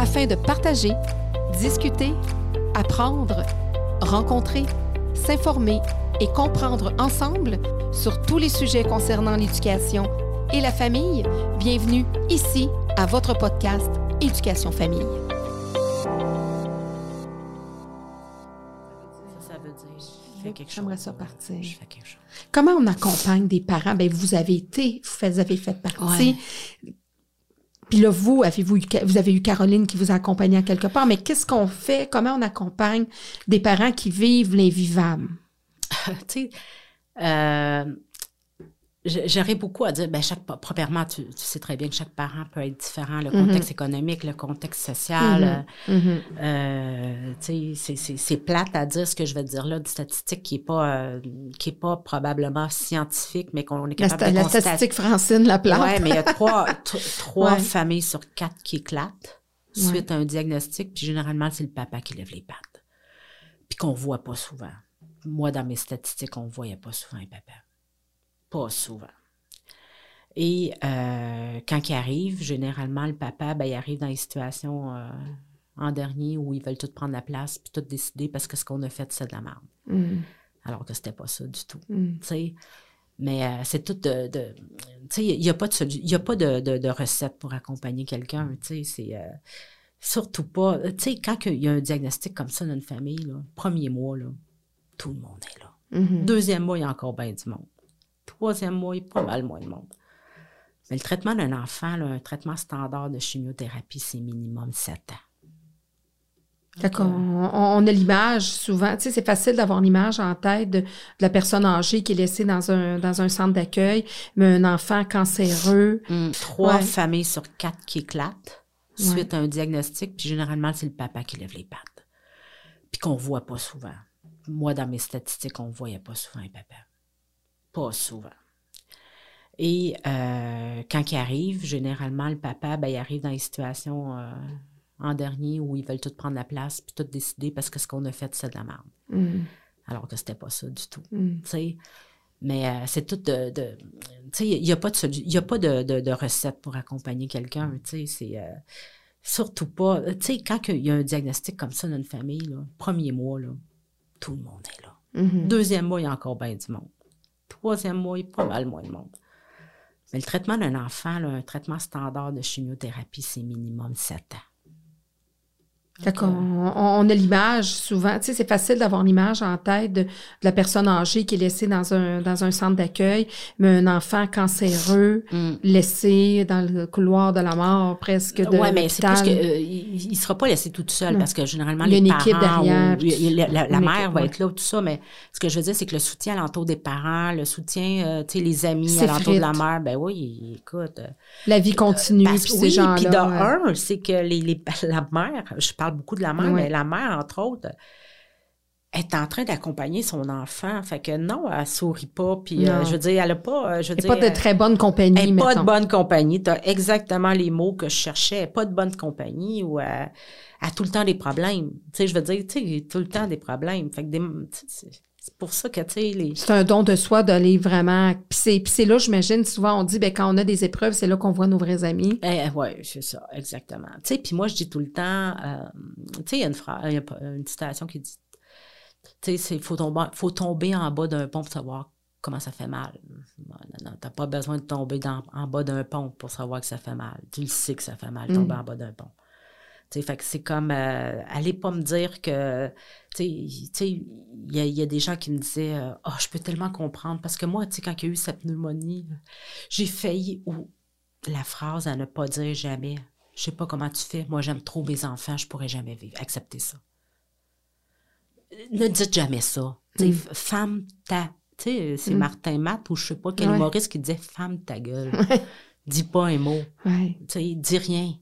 afin de partager, discuter, apprendre, rencontrer, s'informer et comprendre ensemble sur tous les sujets concernant l'éducation et la famille. Bienvenue ici à votre podcast Éducation Famille. Ça veut dire, je fais quelque chose. J'aimerais ça partir. Je fais quelque chose. Comment on accompagne des parents? Bien, vous avez fait partie. Ouais. Puis là, vous avez eu Caroline qui vous a accompagné à quelque part, mais qu'est-ce qu'on fait? Comment on accompagne des parents qui vivent l'invivable? Tu sais, j'aurais beaucoup à dire. Bien, premièrement, tu sais très bien que chaque parent peut être différent. Le contexte économique, le contexte social. Tu sais, c'est plate à dire ce que je vais te dire là, de statistique qui est pas probablement scientifique, mais qu'on est capable de constater. La statistique Francine Laplante. Oui, mais il y a trois familles sur 4 qui éclatent suite à un diagnostic, puis généralement, c'est le papa qui lève les pattes. Puis qu'on voit pas souvent. Moi, dans mes statistiques, on ne voyait pas souvent un papa. Pas souvent. Et quand il arrive, généralement, le papa, il arrive dans les situations en dernier où ils veulent tout prendre la place puis tout décider parce que ce qu'on a fait, c'est de la merde. Alors que c'était pas ça du tout. T'sais. Mais c'est tout tu sais, il n'y a pas de recette pour accompagner quelqu'un. C'est surtout pas... Tu sais, quand il y a un diagnostic comme ça dans une famille, là, premier mois, là, tout le monde est là. Deuxième mois, il y a encore bien du monde. Troisième mois, il y a pas mal moins de monde. Mais le traitement d'un enfant, là, un traitement standard de chimiothérapie, c'est minimum 7 ans. D'accord. On a l'image souvent, tu sais, c'est facile d'avoir l'image en tête de la personne âgée qui est laissée dans un centre d'accueil, mais un enfant cancéreux. 3 familles sur 4 qui éclatent suite à un diagnostic, puis généralement, c'est le papa qui lève les pattes. Puis qu'on voit pas souvent. Moi, dans mes statistiques, on ne voyait pas souvent un papa. Pas souvent. Et quand il arrive, généralement, le papa, il arrive dans les situations en dernier où ils veulent tout prendre la place puis tout décider parce que ce qu'on a fait, c'est de la merde. Alors que c'était pas ça du tout. T'sais. Mais c'est tout tu sais, il n'y a pas de recette pour accompagner quelqu'un. C'est surtout pas... Tu sais, quand il y a un diagnostic comme ça dans une famille, là, premier mois, là, tout le monde est là. Deuxième mois, il y a encore bien du monde. Troisième mois, il y a pas mal moins de monde. Mais le traitement d'un enfant, là, un traitement standard de chimiothérapie, c'est minimum 7 ans. D'accord. On a l'image souvent, tu sais, c'est facile d'avoir l'image en tête de la personne âgée qui est laissée dans un centre d'accueil, mais un enfant cancéreux laissé dans le couloir de la mort presque de l'hôpital. Oui, mais c'est plus que il sera pas laissé tout seul parce que généralement il y a les une parents équipe derrière, la mère va être là tout ça, mais ce que je veux dire c'est que le soutien alentour des parents, le soutien tu sais les amis alentour de la mère, ben oui, écoute, la vie continue puis ces gens-là. Puis c'est que la mère, je parle beaucoup de la mère, mais la mère, entre autres, est en train d'accompagner son enfant. Fait que non, elle sourit pas. Puis, je veux dire, elle a pas... elle n'est pas de très bonne compagnie, elle n'est pas de bonne compagnie. Tu as exactement les mots que je cherchais. Elle n'est pas de bonne compagnie ou elle a tout le temps des problèmes. Tu sais, je veux dire, tu sais, tout le temps des problèmes. Fait que c'est pour ça que, tu sais... C'est un don de soi d'aller vraiment... Puis c'est là, j'imagine, souvent on dit, quand on a des épreuves, c'est là qu'on voit nos vrais amis. Oui, c'est ça, exactement. Tu sais, puis moi, je dis tout le temps... tu sais, il y a une citation qui dit... Tu sais, il faut tomber en bas d'un pont pour savoir comment ça fait mal. Non, t'as pas besoin de tomber en bas d'un pont pour savoir que ça fait mal. Tu le sais que ça fait mal, tomber en bas d'un pont. T'sais, fait que c'est comme, allez pas me dire que, tu sais, il y a des gens qui me disaient, je peux tellement comprendre, parce que moi, tu sais, quand il y a eu cette pneumonie, j'ai failli, la phrase à ne pas dire jamais, je sais pas comment tu fais, moi j'aime trop mes enfants, je pourrais jamais accepter ça. Ne dites jamais ça. Femme ta, tu sais, c'est Martin Matt ou je sais pas quel humoriste qui disait femme ta gueule. Dis pas un mot. Tu sais, dis rien.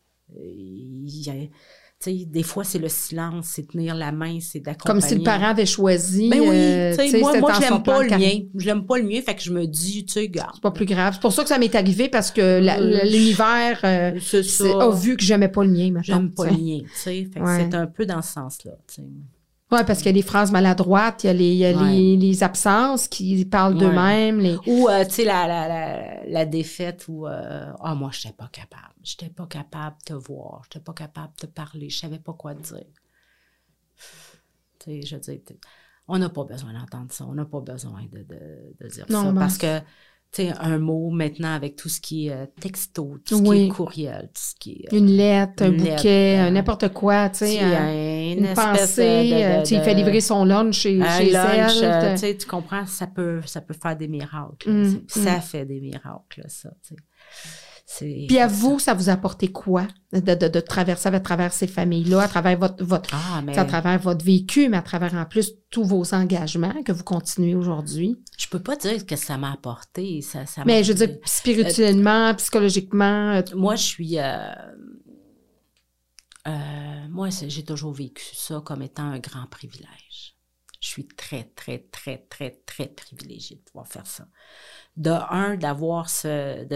Des fois, c'est le silence, c'est tenir la main, c'est d'accompagner. Comme si le parent avait choisi. Ben oui, moi je l'aime pas le mien. Je l'aime pas le mien, fait que je me dis, tu sais, garde. C'est pas plus grave. C'est pour ça que ça m'est arrivé, parce que l'univers a vu que j'aimais pas le mien, maintenant. J'aime pas le mien, tu sais. Fait que c'est un peu dans ce sens-là, tu sais. Oui, parce qu'il y a les phrases maladroites, il y a les absences qui parlent d'eux-mêmes. Ou, tu sais, la défaite où, moi, je n'étais pas capable. Je n'étais pas capable de te voir. Je n'étais pas capable de te parler. Je ne savais pas quoi te dire. Tu sais, je veux dire, on n'a pas besoin d'entendre ça. On n'a pas besoin de dire ça. Parce que, tu sais, un mot maintenant avec tout ce qui est texto, tout ce qui est courriel, tout ce qui est... une lettre, un bouquet, n'importe quoi, tu sais. Une pensée, il fait livrer son lunch chez elle. Tu sais, tu comprends, ça peut faire des miracles. Ça fait des miracles, ça, tu sais. Puis à vous, ça vous a apporté quoi de traverser à travers ces familles-là, à travers à travers votre vécu, mais à travers en plus tous vos engagements que vous continuez aujourd'hui? Je peux pas dire que ça m'a apporté. Mais je veux dire, spirituellement, psychologiquement. Moi, je suis... moi, j'ai toujours vécu ça comme étant un grand privilège. Je suis très, très, très, très, très privilégiée de pouvoir faire ça. D'avoir ce...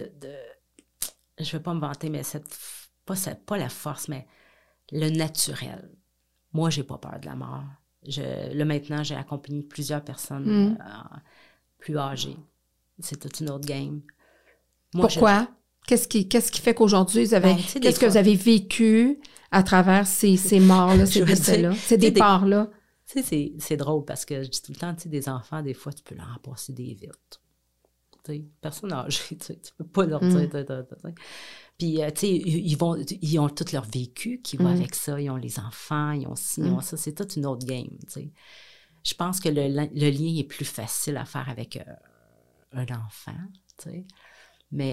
je ne vais pas me vanter, mais pas la force, mais le naturel. Moi, je n'ai pas peur de la mort. Là, maintenant, j'ai accompagné plusieurs personnes plus âgées. C'est toute une autre game. Moi, pourquoi? Qu'est-ce qui fait qu'aujourd'hui, qu'est-ce que vous avez vécu à travers ces morts-là, ces décès-là, ces départs-là? Tu sais, c'est drôle parce que je dis tout le temps, tu sais, des enfants, des fois, tu peux leur en passer des vites. Personne âgée, tu peux pas leur dire. Puis, tu sais, ils ont tout leur vécu qui va avec ça. Ils ont les enfants, ils ont ci, ils ont ça. C'est toute une autre game, tu sais. Je pense que le lien est plus facile à faire avec un enfant, tu sais. Mais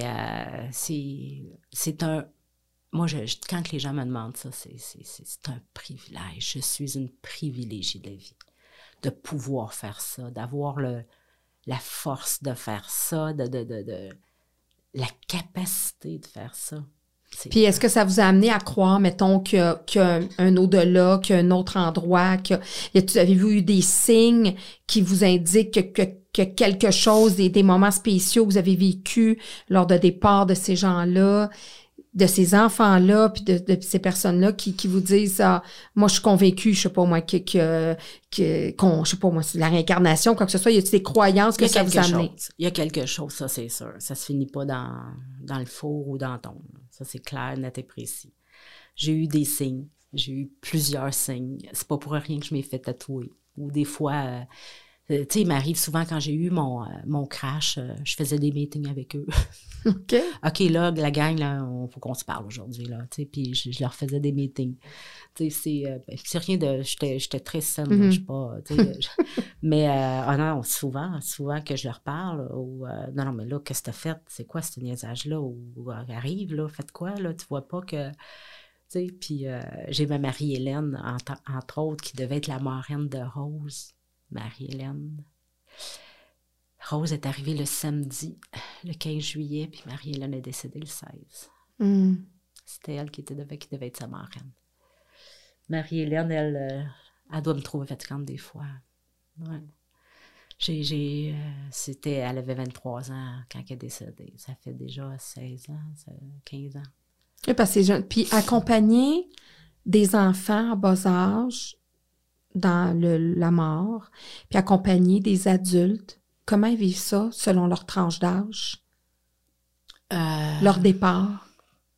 c'est un... Moi, quand les gens me demandent ça, c'est un privilège. Je suis une privilégiée de la vie. De pouvoir faire ça, d'avoir la force de faire ça, la capacité de faire ça. Puis est-ce que ça vous a amené à croire, mettons, qu'il y a un au-delà, qu'il y a un autre endroit, avez-vous eu des signes qui vous indiquent que quelque chose, des moments spéciaux que vous avez vécu lors de départ de ces gens-là, de ces enfants-là, puis de ces personnes-là qui vous disent moi je suis convaincue, je sais pas moi, je sais pas moi, c'est la réincarnation, quoi que ce soit, y a-t-il des croyances que ça vous a amené? Il y a quelque chose, ça c'est sûr. Ça se finit pas dans le four ou dans le tombe. Ça c'est clair, net et précis. J'ai eu des signes. J'ai eu plusieurs signes. C'est pas pour rien que je m'ai fait tatouer. Ou des fois... tu sais, il m'arrive souvent quand j'ai eu mon crash, je faisais des meetings avec eux. OK, là, la gang, là, faut qu'on se parle aujourd'hui, là, tu sais, puis je leur faisais des meetings. Tu sais, c'est rien de... J'étais très saine, là, je sais pas, tu sais, mais, non, souvent que je leur parle, ou, non, mais là, qu'est-ce que t'as fait? C'est quoi ce niaisage-là? Ou arrive, là, faites quoi, là? Tu vois pas que... Tu sais, puis j'ai ma Marie-Hélène, entre autres, qui devait être la marraine de Rose. Marie-Hélène. Rose est arrivée le samedi, le 15 juillet, puis Marie-Hélène est décédée le 16. C'était elle qui devait être sa marraine. Marie-Hélène, elle doit me trouver fatigante des fois. Ouais. Elle avait 23 ans quand elle est décédée. Ça fait déjà 16 ans, 15 ans. Oui, parce que c'est jeune. Puis accompagner des enfants à bas âge dans la mort, puis accompagner des adultes, comment ils vivent ça selon leur tranche d'âge, leur départ?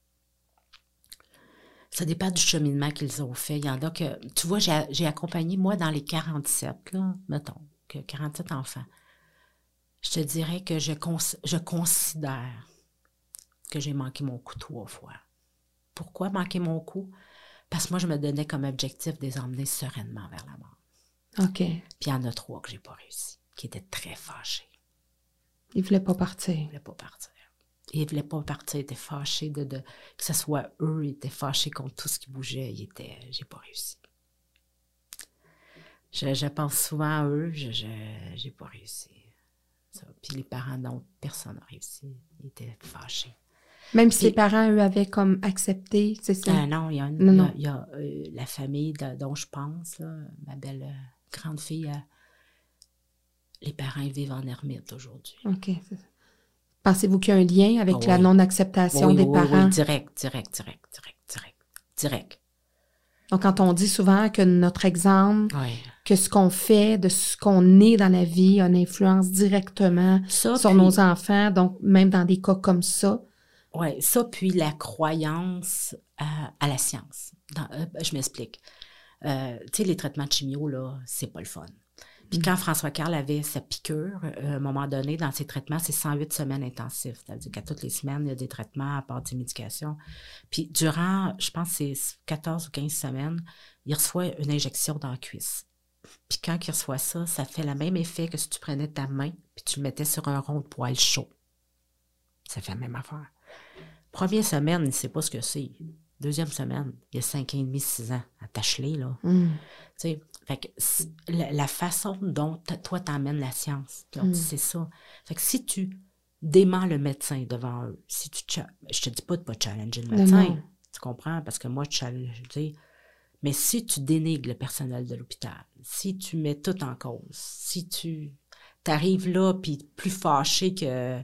Ça dépend du cheminement qu'ils ont fait. Il y en a que... Tu vois, j'ai accompagné, moi, dans les 47, là, mettons, 47 enfants. Je te dirais que je considère que j'ai manqué mon coup 3 fois. Pourquoi manquer mon coup? Parce que moi, je me donnais comme objectif de les emmener sereinement vers la mort. OK. Puis il y en a 3 que j'ai pas réussi, qui étaient très fâchés. Ils voulaient pas partir. Ils voulaient pas partir. Ils voulaient pas partir, ils étaient fâchés que ce soit eux, ils étaient fâchés contre tout ce qui bougeait. J'ai pas réussi. Je pense souvent à eux, j'ai pas réussi. Ça. Puis les parents, non, personne n'a réussi. Ils étaient fâchés. Même si les parents, eux, avaient comme accepté, c'est ça? Non, il y a la famille dont je pense, là, ma belle grande fille, les parents vivent en ermite aujourd'hui. OK. Pensez-vous qu'il y a un lien avec la non-acceptation des parents? Oui, direct. Donc, quand on dit souvent que notre exemple, Oui. que ce qu'on fait, de ce qu'on est dans la vie, a une influence directement sur nos enfants, donc même dans des cas comme ça. Oui, ça, puis la croyance à la science. Je m'explique. Tu sais, les traitements de chimio, là, c'est pas le fun. Puis quand François Carl avait sa piqûre, à un moment donné, dans ses traitements, c'est 108 semaines intensifs. C'est-à-dire qu'à toutes les semaines, il y a des traitements à part des médications. Puis durant, je pense, c'est 14 ou 15 semaines, il reçoit une injection dans la cuisse. Puis quand il reçoit ça, ça fait le même effet que si tu prenais ta main puis tu le mettais sur un rond de poêle chaud. Ça fait la même affaire. Première semaine, il ne sait pas ce que c'est. Deuxième semaine, il y a 5 ans et demi, 6 ans, attache-les, là. Tu sais, fait que la façon dont toi t'emmènes la science, c'est ça. Fait que si tu déments le médecin devant eux, si tu je te dis pas de pas challenger le médecin, tu comprends? Parce que moi, je challenge, tu sais, mais si tu dénigres le personnel de l'hôpital, si tu mets tout en cause, si tu t'arrives là puis plus fâché que...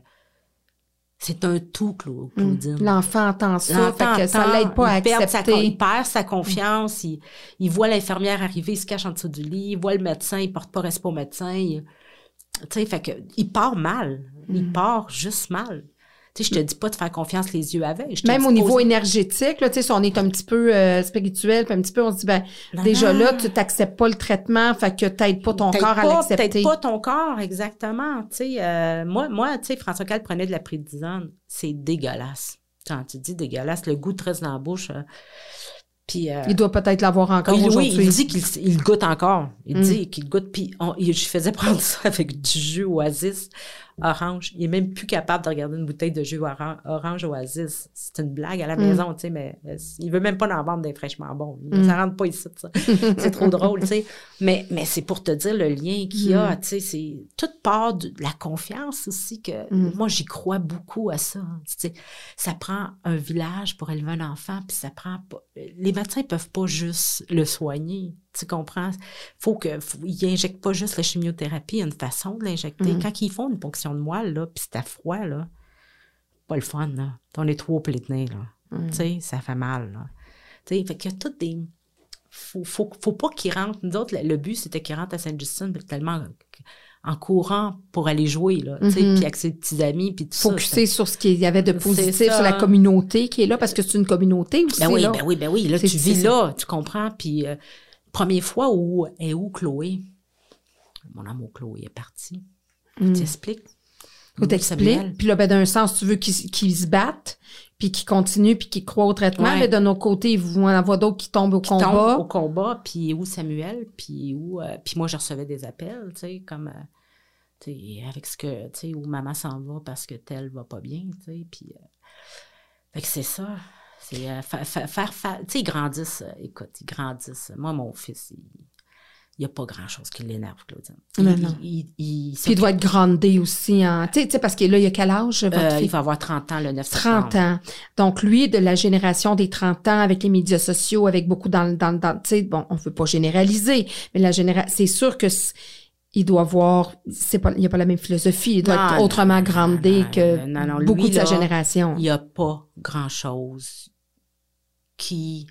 C'est un tout, Claudine. L'enfant entend ça, fait que ça l'aide pas à accepter. Il perd sa confiance, il voit l'infirmière arriver, il se cache en dessous du lit, il voit le médecin, il porte pas respect au médecin. Tu sais, fait que il part mal. Il part juste mal. Tu sais, je te dis pas de faire confiance les yeux avec. Même au niveau énergétique, là, tu sais, si on est un petit peu spirituel, puis un petit peu, on se dit, là, tu t'acceptes pas le traitement, fait que t'aides pas ton corps à l'accepter. T'aides pas ton corps, exactement. Tu sais, moi, tu sais, François Carl prenait de la prédnisone. C'est dégueulasse. Quand tu dis dégueulasse, le goût te reste dans la bouche. Puis, il doit peut-être l'avoir encore aujourd'hui. Oui, il dit qu'il goûte encore. Il dit qu'il goûte. Puis, je faisais prendre ça avec du jus Oasis orange. Il est même plus capable de regarder une bouteille de jus orange Oasis. C'est une blague à la maison, tu sais, mais il veut même pas en vendre des fraîchement bons. Ça rentre pas ici, ça. C'est trop drôle, tu sais. Mais c'est pour te dire le lien qu'il y a, tu sais, c'est toute part de la confiance aussi que moi, j'y crois beaucoup à ça. Tu sais, ça prend un village pour élever un enfant, puis ça prend pas... Les médecins peuvent pas juste le soigner. Tu comprends? Ils injectent pas juste la chimiothérapie, il y a une façon de l'injecter. Quand ils font une ponction de moelle, là, puis c'est à froid, là, pas le fun, là. On est trop plétenés, là. Tu sais, ça fait mal, là. Tu sais, fait qu'il y a toutes des... Faut pas qu'ils rentrent. Nous autres, le but, c'était qu'ils rentrent à Sainte-Justine tellement en courant pour aller jouer, là, tu sais, puis avec ses petits amis, puis tout ça. Focuser sur ce qu'il y avait de positif, sur la communauté qui est là, parce que c'est une communauté aussi, ben oui, là. Ben oui, là, tu vis là, tu comprends, puis... Première fois où Chloé? Mon amour Chloé est parti. Je t'explique. Je t'explique. Puis là, d'un sens, tu veux qu'ils se battent, puis qu'ils continuent, puis qu'ils croient au traitement. Ouais. Mais de notre côté, il vont en avoir d'autres qui tombent au combat. Puis où Samuel, puis moi, je recevais des appels, tu sais, comme... tu sais, avec ce que... Tu sais, où maman s'en va parce que tel va pas bien, tu sais, puis... fait que c'est ça. C'est faire... Tu sais, ils grandissent. Écoute, ils grandissent. Moi, mon fils, il n'y a pas grand-chose qui l'énerve, Claudine. Puis il doit être grandé aussi. Tu sais, parce que là, il a quel âge, votre fils? Il va avoir 30 ans le 9 septembre. 30 ans. Donc, lui, de la génération des 30 ans, avec les médias sociaux, avec beaucoup dans tu sais, bon, on ne veut pas généraliser, mais c'est sûr que... il doit avoir, il n'y a pas la même philosophie, il doit être autrement grandé que beaucoup de sa génération. Il n'y a pas grand-chose qui,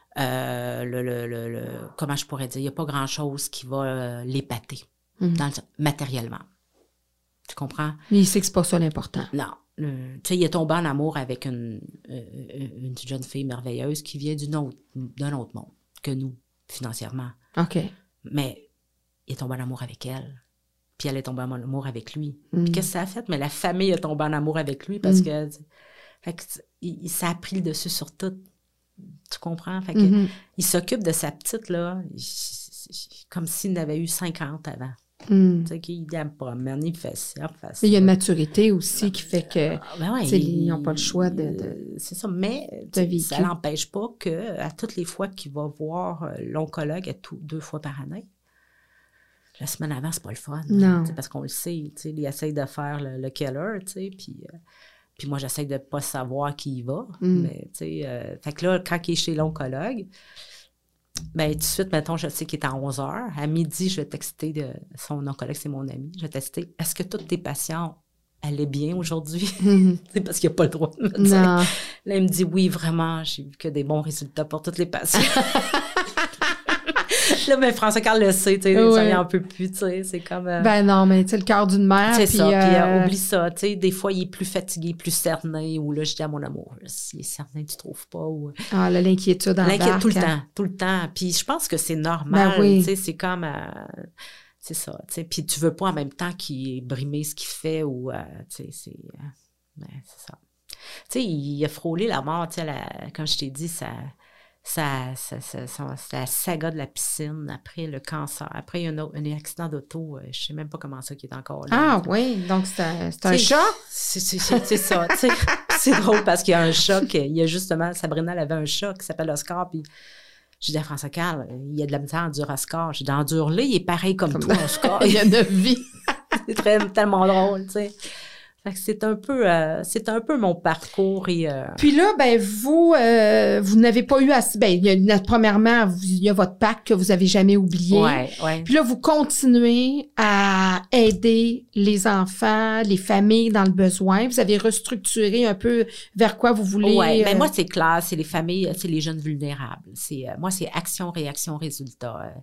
comment je pourrais dire, il n'y a pas grand-chose qui va l'épater matériellement. Tu comprends? Mais il sait que c'est pas ça l'important. Non. Tu sais, il est tombé en amour avec une jeune fille merveilleuse qui vient d'un autre monde que nous, financièrement. OK. Mais il est tombé en amour avec elle. Puis elle est tombée en amour avec lui. Puis qu'est-ce que ça a fait? Mais la famille est tombée en amour avec lui parce que, fait que ça a pris le dessus sur tout. Tu comprends? Fait que il s'occupe de sa petite, là, comme s'il n'avait eu 50 avant. Tu sais, qu'il aime pas, mais il fait ça, il y a une maturité aussi qui fait que ils n'ont pas le choix c'est ça, mais ça n'empêche pas qu'à toutes les fois qu'il va voir l'oncologue 2 fois par année, la semaine avant, c'est pas le fun. Non. Parce qu'on le sait, il essaye de faire le killer, puis moi, j'essaie de pas savoir qui il va. Mais, fait que là, quand il est chez l'oncologue, ben tout de suite, mettons, je sais qu'il est à 11h. À midi, je vais texter son oncologue, c'est mon ami. Je vais texter, est-ce que tous tes patients elle est bien aujourd'hui. Mm-hmm. C'est parce qu'il n'y a pas le droit de me dire. Là, il me dit, oui, vraiment, j'ai vu que des bons résultats pour toutes les patients. Là, mais François-Carl le sait, tu sais, ça vient un peu plus, tu sais, c'est comme... Ben non, mais tu sais, le cœur d'une mère, c'est ça, puis oublie ça, tu sais, des fois, il est plus fatigué, plus cerné, ou là, je dis à mon amour, s'il est cerné, tu trouves pas, ou... Ah, là, l'inquiétude en l'inquiétude tout le temps, puis je pense que c'est normal, tu sais, c'est comme... c'est ça, tu sais, puis tu veux pas en même temps qu'il ait brimé ce qu'il fait, ou, tu sais, c'est ça. Tu sais, il a frôlé la mort, tu sais, comme je t'ai dit, la saga de la piscine, après le cancer, après un accident d'auto, je sais même pas comment ça qui est encore là. Ah oui, donc c'est un choc? C'est ça, tu sais. C'est drôle parce qu'il y a un choc, il y a justement, Sabrina, elle avait un choc qui s'appelle Oscar, puis je dis à François-Carl, il y a de la misère à endurer Oscar. Je dis, endure-le, il est pareil comme toi, Oscar. Il y a 9 vies. C'est tellement drôle, tu sais. Fait que c'est un peu mon parcours et... Puis là, ben vous n'avez pas eu assez... Ben, premièrement, il y a votre pacte que vous avez jamais oublié. Ouais. Puis là, vous continuez à aider les enfants, les familles dans le besoin. Vous avez restructuré un peu vers quoi vous voulez... Oui, mais moi, c'est clair, c'est les familles, c'est les jeunes vulnérables. Moi, c'est action, réaction, résultat.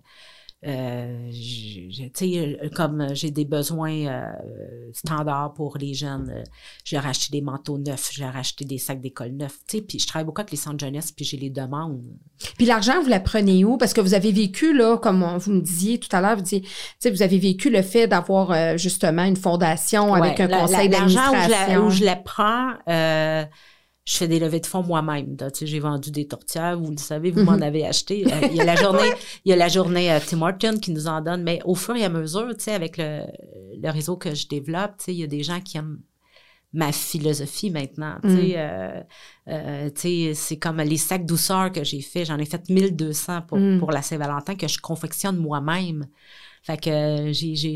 Tu sais, comme j'ai des besoins standards pour les jeunes, j'ai racheté des manteaux neufs, j'ai racheté des sacs d'école neufs, tu sais, puis je travaille beaucoup avec les centres jeunesse, puis j'ai les demandes. Puis l'argent, vous la prenez où? Parce que vous avez vécu, là, comme vous me disiez tout à l'heure, vous disiez, tu sais, vous avez vécu le fait d'avoir justement une fondation avec un conseil d'administration. L'argent où je la prends, je fais des levées de fonds moi-même. Tu sais, j'ai vendu des tourtières, vous le savez, vous m'en avez acheté. Il y a la journée Tim Hortons qui nous en donne, mais au fur et à mesure, tu sais, avec le réseau que je développe, tu sais, il y a des gens qui aiment ma philosophie maintenant. Tu sais, c'est comme les sacs douceur que j'ai fait. J'en ai fait 1200 pour la Saint-Valentin que je confectionne moi-même. Fait que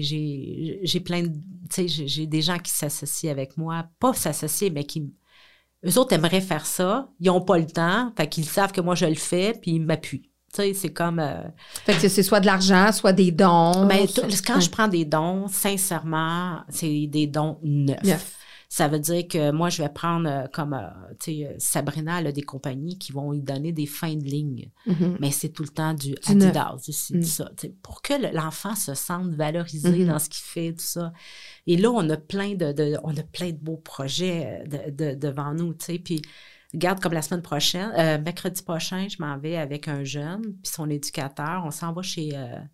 j'ai plein de... Tu sais, j'ai des gens qui s'associent avec moi. Pas s'associer, mais qui... Eux autres aimeraient faire ça. Ils n'ont pas le temps. Fait qu'ils savent que moi, je le fais, puis ils m'appuient. Tu sais, c'est comme... Fait que c'est soit de l'argent, soit des dons. Mais quand je prends des dons, sincèrement, c'est des dons neufs. Ça veut dire que moi, je vais prendre comme, tu sais, Sabrina, elle a des compagnies qui vont lui donner des fins de ligne. Mais c'est tout le temps du Adidas, du ça. Pour que l'enfant se sente valorisé dans ce qu'il fait, tout ça. Et là, on a plein de beaux projets devant nous, tu sais. Puis, regarde, comme la semaine prochaine, mercredi prochain, je m'en vais avec un jeune, puis son éducateur. On s'en va chez...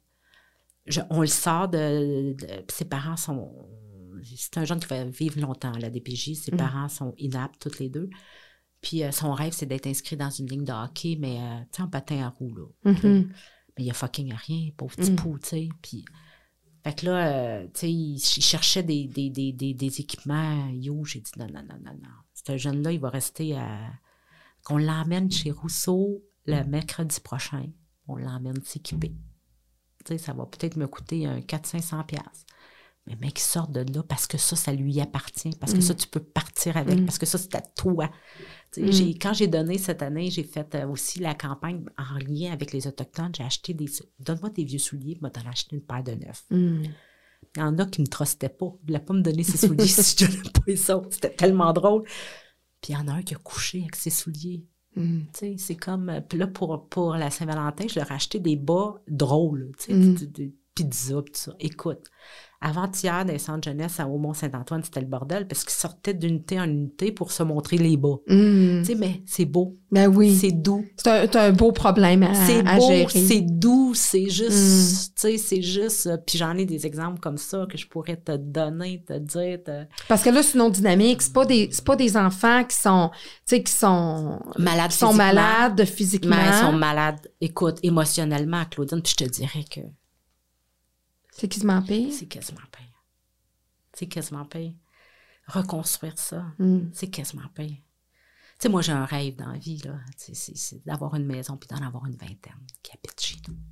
on le sort ses parents sont... C'est un jeune qui va vivre longtemps à la DPJ. Ses parents sont inaptes, toutes les deux. Puis son rêve, c'est d'être inscrit dans une ligne de hockey, mais tu sais, en patin à roues, là. Mais il y a fucking rien, pauvre petit pou, tu sais. Puis, fait que là, tu sais, il cherchait des équipements. J'ai dit non. Ce jeune-là, il va rester qu'on l'emmène chez Rousseau le mercredi prochain. On l'emmène s'équiper. Tu sais, ça va peut-être me coûter 400-500$. Mais mec, il sort de là parce que ça lui appartient, parce que ça, tu peux partir avec, parce que ça, c'est à toi. Quand j'ai donné cette année, j'ai fait aussi la campagne en lien avec les Autochtones. J'ai acheté donne-moi tes vieux souliers, moi, t'en as acheté une paire de neufs. Il y en a qui ne me trustaient pas. Il ne voulait pas me donner ses souliers si je ne donnais pas les autres. C'était tellement drôle. Puis il y en a un qui a couché avec ses souliers. C'est comme... Puis là, pour la Saint-Valentin, je leur ai acheté des bas drôles, des pizzas, tout ça. Écoute, avant-hier, dans les centres jeunesse à Aumont-Saint-Antoine, c'était le bordel parce qu'ils sortaient d'unité en unité pour se montrer les bas. Tu sais, mais c'est beau. Ben oui. C'est doux. C'est un beau problème à gérer. C'est doux, c'est juste, tu sais, c'est juste... Puis j'en ai des exemples comme ça que je pourrais te donner, te dire... Parce que là, c'est une autre dynamique. C'est pas des enfants qui sont, tu sais, qui sont malades physiquement. Mais ils sont malades, écoute, émotionnellement, Claudine, puis je te dirais que... C'est quasiment pire. C'est quasiment pire. C'est quasiment pire. Reconstruire ça, c'est quasiment pire. Tu sais, moi, j'ai un rêve dans la vie, là. C'est d'avoir une maison puis d'en avoir une vingtaine qui habite chez nous.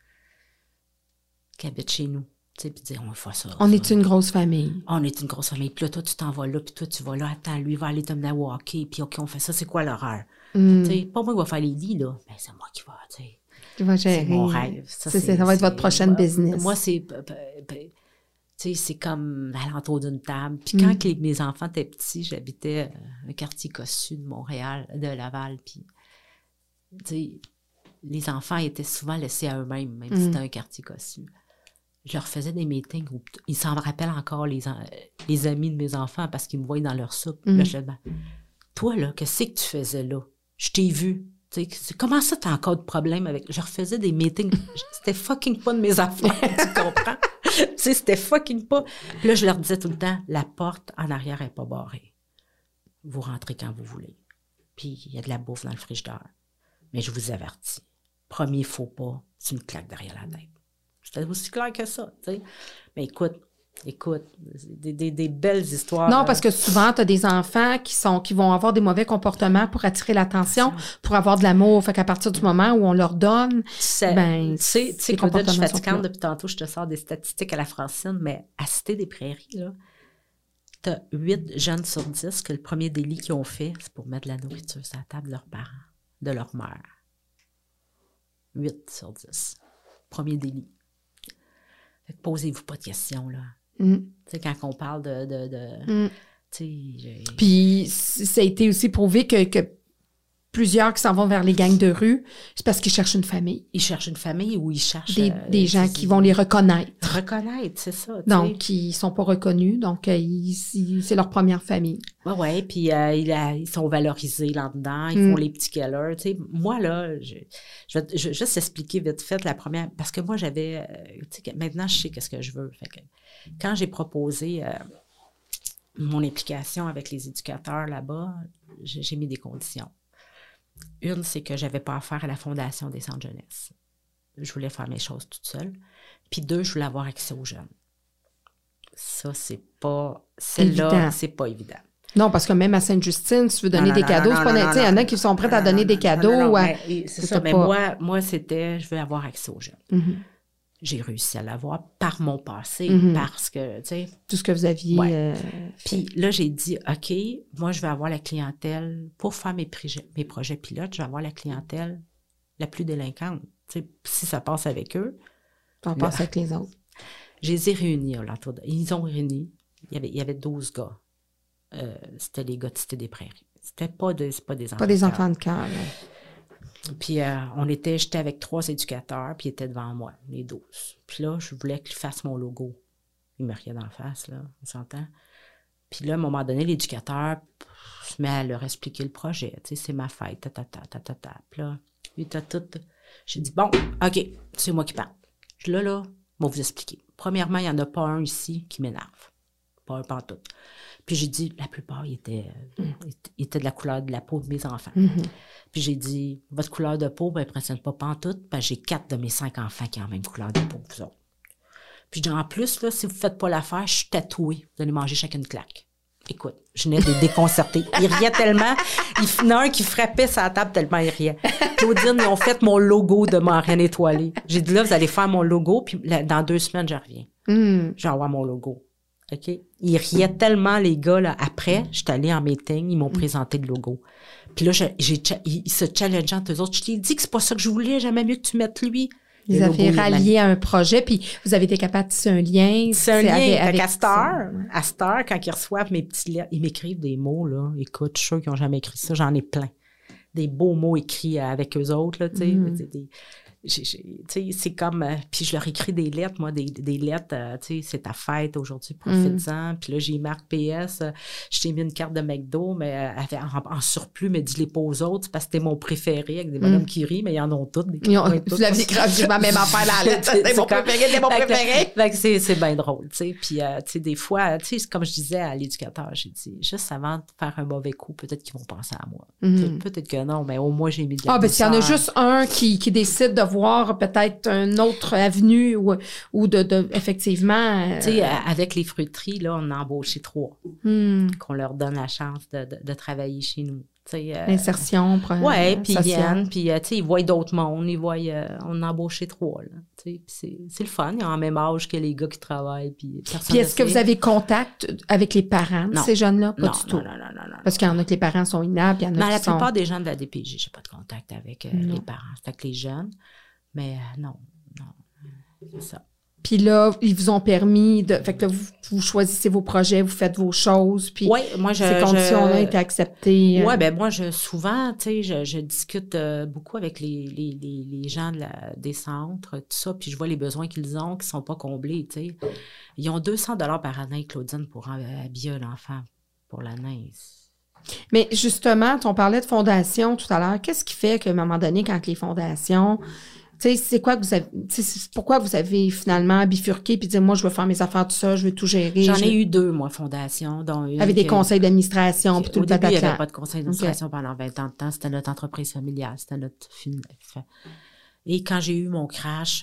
Tu sais, puis dire, on va faire ça. On est une grosse famille. On est une grosse famille. Puis là, toi, tu t'en vas là, puis toi, tu vas là. Attends, lui, il va aller te mener à hockey, puis OK, on fait ça. C'est quoi l'horreur? Tu sais, pas moi qui va faire les lits, là. Mais c'est moi qui va, tu sais. C'est mon rêve. Ça va être votre prochaine business. Moi, c'est... Tu sais, c'est comme à l'entour d'une table. Puis quand mes enfants étaient petits, j'habitais un quartier cossu de Montréal, de Laval, puis tu sais, les enfants étaient souvent laissés à eux-mêmes, même si c'était un quartier cossu. Je leur faisais des meetings où ils s'en rappellent encore, les amis de mes enfants, parce qu'ils me voyaient dans leur soupe. Là, je leur dis, toi, là, qu'est-ce que tu faisais là? Je t'ai vu. T'sais, comment ça, t'as encore de problème avec... Je refaisais des meetings. C'était fucking pas de mes affaires, tu comprends? T'sais, c'était fucking pas. Puis là, je leur disais tout le temps, la porte en arrière est pas barrée. Vous rentrez quand vous voulez. Puis il y a de la bouffe dans le frigidaire. Mais je vous avertis, premier faux pas, c'est une claque derrière la tête. C'était aussi clair que ça, tu sais. Mais écoute, des belles histoires. Non, parce que souvent, tu as des enfants qui vont avoir des mauvais comportements pour attirer l'attention, pour avoir de l'amour. Fait qu'à partir du moment où on leur donne, tu sais, Claudette, je suis fatigante depuis tantôt, je te sors des statistiques à la Francine, mais à Cité des Prairies, là, tu as 8 jeunes sur 10 que le premier délit qu'ils ont fait, c'est pour mettre de la nourriture sur la table de leurs parents, de leur mère. 8 sur 10. Premier délit. Fait que posez-vous pas de questions, là. Tu sais, quand on parle Puis, ça a été aussi prouvé que plusieurs qui s'en vont vers les gangs de rue, c'est parce qu'ils cherchent une famille. Ils cherchent une famille ou ils cherchent... Des gens qui vont les reconnaître. Reconnaître, c'est ça. Donc, ils sont pas reconnus, donc c'est leur première famille. Oui, puis ils sont valorisés là-dedans, ils font les petits killers. Tu sais, moi, là, je vais juste expliquer vite fait la première... Parce que moi, j'avais... maintenant, je sais qu'est-ce que je veux. Fait que quand j'ai proposé mon implication avec les éducateurs là-bas, j'ai mis des conditions. Une, c'est que j'avais pas affaire à la Fondation des centres jeunesse. Je voulais faire mes choses toute seule. Puis 2, je voulais avoir accès aux jeunes. Ça, c'est pas... Celle-là, c'est pas évident. Non, parce que même à Sainte-Justine, si tu veux donner des cadeaux, c'est pas... Tu sais, il y en a qui sont prêts à donner des cadeaux. C'est ça, mais moi, c'était... Je veux avoir accès aux jeunes. J'ai réussi à l'avoir par mon passé, parce que, tu sais... Tout ce que vous aviez... Ouais. Puis là, j'ai dit, OK, moi, je vais avoir la clientèle, pour faire mes projets pilotes, je vais avoir la clientèle la plus délinquante. Tu sais, si ça passe avec eux... Tu en passes avec les autres. Je les ai réunis, ils ont réuni. Il y avait 12 gars. C'était les gars de Cité des Prairies. C'est pas des enfants. Pas des enfants de cœur, Puis j'étais avec 3 éducateurs, puis ils étaient devant moi, les 12. Puis là, je voulais qu'ils fassent mon logo. Il me regardait en face, là, on s'entend. Puis là, à un moment donné, l'éducateur se met à leur expliquer le projet. Tu sais, c'est ma fête, Puis là, lui, j'ai dit, bon, OK, c'est moi qui parle. Là, je vais vous expliquer. Premièrement, il n'y en a pas un ici qui m'énerve. Pas un pantoute. Puis j'ai dit, la plupart, ils étaient de la couleur de la peau de mes enfants. Puis j'ai dit, votre couleur de peau, ben, elle ne impressionne pas pantoute, parce que j'ai 4 de mes 5 enfants qui ont la même couleur de peau que vous autres. Puis en plus, là, si vous ne faites pas l'affaire, je suis tatouée. Vous allez manger chacune une claque. Écoute, je venais de les déconcerter. Ils riaient tellement. Il y en a un qui frappait sa table tellement il riait. Claudine, ils ont fait mon logo de marraine étoilée. J'ai dit, là, vous allez faire mon logo, puis dans 2 semaines, je reviens. Je vais avoir mon logo. OK? Ils riaient tellement, les gars, là. Après, je suis allée en meeting, ils m'ont présenté le logo. Puis là, ils se challengeaient entre eux autres. Je t'ai dit que c'est pas ça que je voulais, j'aimais mieux que tu mettes lui. Ils avaient rallié à un projet, puis vous avez été capable de tisser un lien. C'est un lien. Avec à cette heure, quand ils reçoivent mes petits lettres, ils m'écrivent des mots, là. Écoute, je suis sûre qu'ils n'ont jamais écrit ça, j'en ai plein. Des beaux mots écrits avec eux autres, là, tu sais. C'est comme... puis je leur écris des lettres, moi, des lettres, tu sais, c'est ta fête aujourd'hui, profite-en. Puis là, j'ai marqué PS, je t'ai mis une carte de McDo, mais en surplus, mais dis-les pas aux autres, parce que c'était mon préféré, avec des bonhommes qui rient, mais ils en ont toutes. Vous l'avez écrit ma même affaire dans la lettre. C'est mon préféré, c'est mon préféré. Fait que c'est bien drôle, tu sais. Puis, tu sais, des fois, tu sais, comme je disais à l'éducateur, j'ai dit, juste avant de faire un mauvais coup, peut-être qu'ils vont penser à moi. Peut-être que non, mais au moins, j'ai mis de la ben s'il y en a juste un qui décide de voir peut-être une autre avenue ou de effectivement... Tu sais, avec les fruiteries, là, on a embauché 3. Qu'on leur donne la chance de travailler chez nous. L'insertion. Oui, puis ils viennent, puis ils voient d'autres mondes, on a embauché 3. Là, c'est le fun, ils ont le même âge que les gars qui travaillent. Puis est-ce que vous avez contact avec les parents de ces jeunes-là? Pas du tout. Non. Parce qu'il y en a que les parents sont inaptes, il y en a qui la plupart des gens de la DPJ, j'ai pas de contact avec les parents. C'est avec les jeunes. Mais non, c'est ça. Puis là, ils vous ont permis de... Fait que là, vous choisissez vos projets, vous faites vos choses, puis ces conditions-là étaient acceptées. Oui, ben moi, souvent, tu sais, je discute beaucoup avec les gens des centres, tout ça, puis je vois les besoins qu'ils ont qui ne sont pas comblés, tu sais. Ils ont 200 $ par année, Claudine, pour habiller l'enfant pour l'année. Mais justement, on parlait de fondation tout à l'heure. Qu'est-ce qui fait qu'à un moment donné, quand les fondations... Tu sais, c'est quoi que vous avez... Pourquoi vous avez finalement bifurqué puis dit, moi, je veux faire mes affaires tout ça, je veux tout gérer? J'en ai eu 2, moi, fondations, dont une... Avec des conseils d'administration puis tout le pataclan. Au début, il n'y avait pas de conseil d'administration pendant 20 ans de temps. C'était notre entreprise familiale. C'était notre... Et quand j'ai eu mon crash,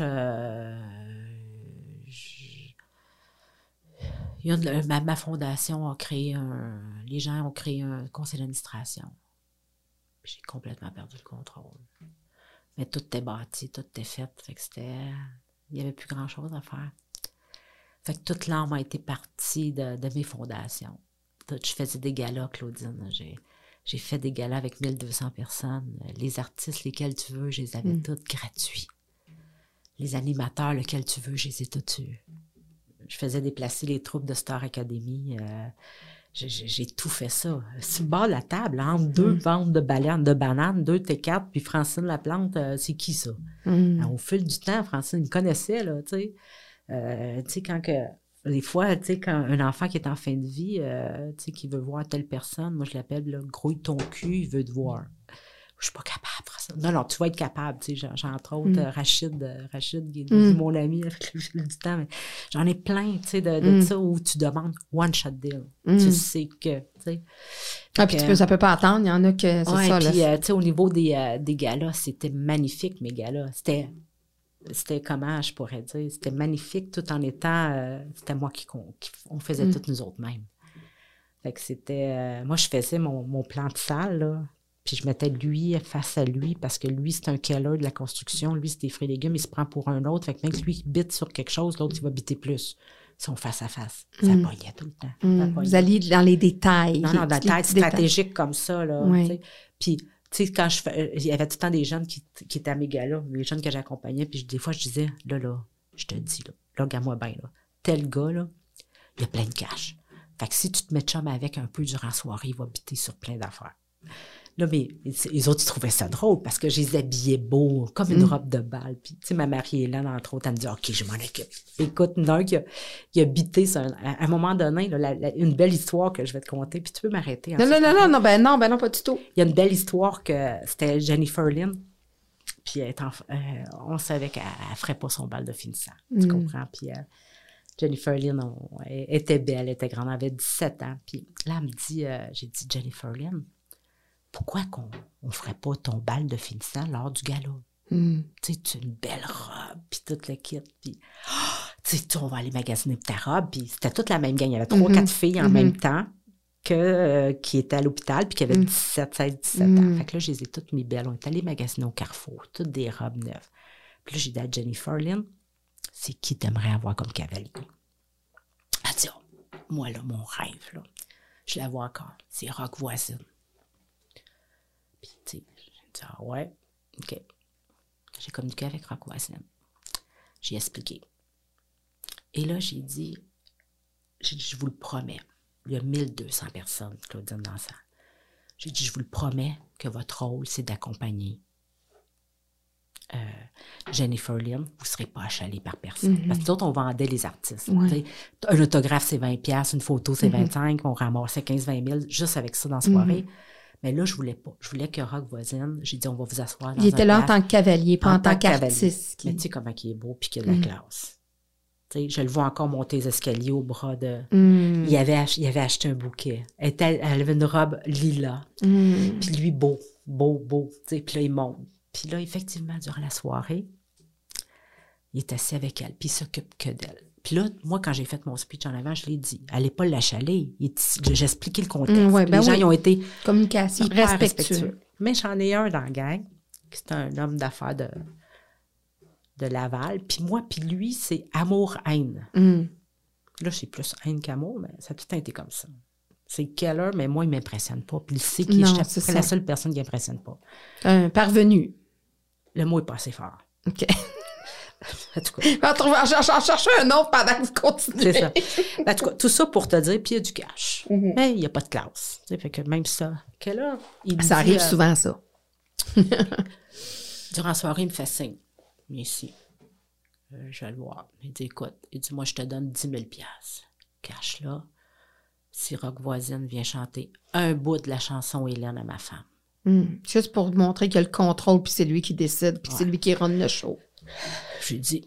ma fondation a créé les gens ont créé un conseil d'administration. J'ai complètement perdu le contrôle. Mais tout était bâti, tout était fait. Fait que il n'y avait plus grand-chose à faire. Fait que toute l'âme a été partie de mes fondations. Je faisais des galas, Claudine. J'ai fait des galas avec 1200 personnes. Les artistes, lesquels tu veux, je les avais toutes gratuits. Les animateurs, lesquels tu veux, je les ai tous eus. Je faisais déplacer les troupes de Star Academy. J'ai tout fait ça. Sur le bord de la table, entre 2 ventes de bananes, 2 T4, puis Francine Laplante, c'est qui ça? Au fil du temps, Francine me connaissait, là, tu sais. Tu sais, quand que... Des fois, tu sais, quand un enfant qui est en fin de vie, tu sais, qui veut voir telle personne, moi, je l'appelle, là, grouille ton cul, il veut te voir. Je suis pas capable, ça. Non, tu vas être capable, tu sais, j'ai entre autres Rachid, qui est mon ami avec le fil du temps, mais j'en ai plein, tu sais, de ça où tu demandes one shot deal. Tu sais que, tu sais. Puis ça peut pas attendre, il y en a que c'est ça. Puis, tu sais, au niveau des galas, c'était magnifique, mes galas. C'était comment je pourrais dire, c'était magnifique tout en étant, c'était moi on faisait tout nous autres mêmes. Fait que c'était, moi je faisais mon plan de salle, là. Puis je mettais lui face à lui parce que lui, c'est un killer de la construction. Lui, c'est des fruits et légumes. Il se prend pour un autre. Fait que même que lui, il bite sur quelque chose, l'autre, il va biter plus. Ils sont face à face. Ça pognait tout le temps. Vous alliez dans les détails. Non, dans les détails stratégiques comme ça. Là, oui. Puis, tu sais, quand il y avait tout le temps des jeunes qui étaient à mes gars-là, les jeunes que j'accompagnais. Puis des fois, je disais, là, je te dis, là, regarde-moi bien, là. Tel gars, là, il y a plein de cash. Fait que si tu te mets chum avec un peu durant la soirée, il va biter sur plein d'affaires. Là, mais les autres, ils trouvaient ça drôle parce que je les habillais beau, comme une robe de bal. Puis, tu sais, ma Marie-Hélène, entre autres, elle me dit « OK, je m'en occupe. » Écoute, il y en a un qui a bité sur à un moment donné, là, une belle histoire que je vais te conter, puis tu peux m'arrêter. Non, pas du tout. Il y a une belle histoire que c'était Jennifer Lynn, puis on savait qu'elle ne ferait pas son bal de finissant. Tu comprends? Puis Jennifer Lynn était belle, elle était grande, elle avait 17 ans. Puis là, elle me dit, j'ai dit « Jennifer Lynn, pourquoi qu'on ne ferait pas ton bal de finissant lors du gala? Tu sais, tu as une belle robe, puis tout le kit, puis tu sais, on va aller magasiner ta robe, puis c'était toute la même gang. Il y avait 3-4 filles en même temps qui étaient à l'hôpital, puis qui avaient 16, 17 ans. Fait que là, je les ai toutes mis belles. On est allés magasiner au Carrefour, toutes des robes neuves. Puis là, j'ai dit à Jennifer Lynn, c'est qui t'aimerais avoir comme cavalier? Elle dit, moi, là, mon rêve, là, je la vois encore, c'est Rock Voisine. Puis, tu sais, j'ai dit, ouais, OK. J'ai communiqué avec Rock Voisine. J'ai expliqué. Et là, j'ai dit, je vous le promets, il y a 1200 personnes, Claudine, dans la salle. J'ai dit, je vous le promets que votre rôle, c'est d'accompagner Jennifer Lynn. Vous ne serez pas achalés par personne. Parce que nous autres, on vendait les artistes. Ouais. Un autographe, c'est 20$, une photo, c'est 25$, on ramassait 15-20 000 juste avec ça dans la soirée. Mais là, je voulais pas. Je voulais que Rock Voisine, j'ai dit, on va vous asseoir dans il était là en tant que cavalier, pas en tant qu'artiste. Mais tu sais comment il est beau puis qu'il a de la classe. Tu sais, je le vois encore monter les escaliers au bras de... Il avait acheté un bouquet. Elle avait une robe lilas. Puis lui, beau. Tu sais, puis là, il monte. Puis là, effectivement, durant la soirée, il est assis avec elle, puis il s'occupe que d'elle. Puis là, moi, quand j'ai fait mon speech en avant, je l'ai dit, allez pas l'achaler. J'ai expliqué le contexte. Les gens, ils ont été communication, respectueux. Mais j'en ai un dans la gang, c'est un homme d'affaires de Laval. Puis moi, puis lui, c'est amour-haine. Là, c'est plus haine qu'amour, mais ça a tout été comme ça. C'est Keller, mais moi, il ne m'impressionne pas. Puis il sait qu'il est la seule personne qui n'impressionne pas. Un parvenu. Le mot est pas assez fort. OK. En tout cas. J'en cherchais un autre pendant que vous continuez. C'est ça. En tout cas, tout ça pour te dire, puis il y a du cash. Mais il n'y a pas de classe. Tu sais, fait que même ça, quelle heure? Ça arrive souvent, ça. Durant la soirée, il me fait signe. Ici. Je vais le voir. Il dit, écoute, moi, je te donne 10 000 cash là. Si Rock Voisine vient chanter un bout de la chanson Hélène à ma femme. Juste pour montrer qu'il y a le contrôle, puis c'est lui qui décide, puis c'est lui qui run le show. Je lui dis,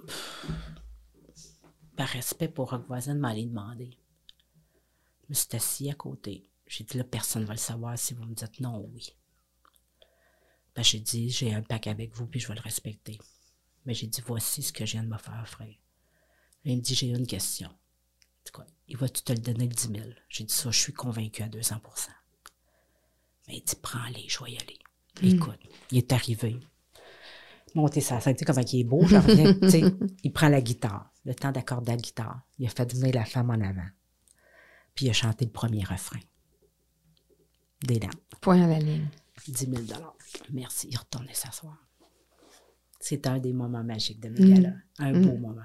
par respect pour Rock Voisine, m'allez demander. Je me suis assis à côté. J'ai dit, là, personne ne va le savoir si vous me dites non ou oui. Ben, j'ai dit, j'ai un pack avec vous, puis je vais le respecter. Mais j'ai dit, voici ce que je viens de me faire offrir. Il me dit, j'ai une question. Il va-tu te le donner le 10 000? J'ai dit ça, je suis convaincue à 200 %. Mais il dit, prends-les, je vais y aller. Écoute, il est arrivé. Monter sa scène, tu sais comment il est beau, je reviens, tu sais, il prend la guitare, le temps d'accorder la guitare. Il a fait venir la femme en avant. Puis il a chanté le premier refrain. D'Hélène. Point à la ligne. 10 000 $. Merci, il retournait s'asseoir. C'est un des moments magiques de mes galas. Un beau moment.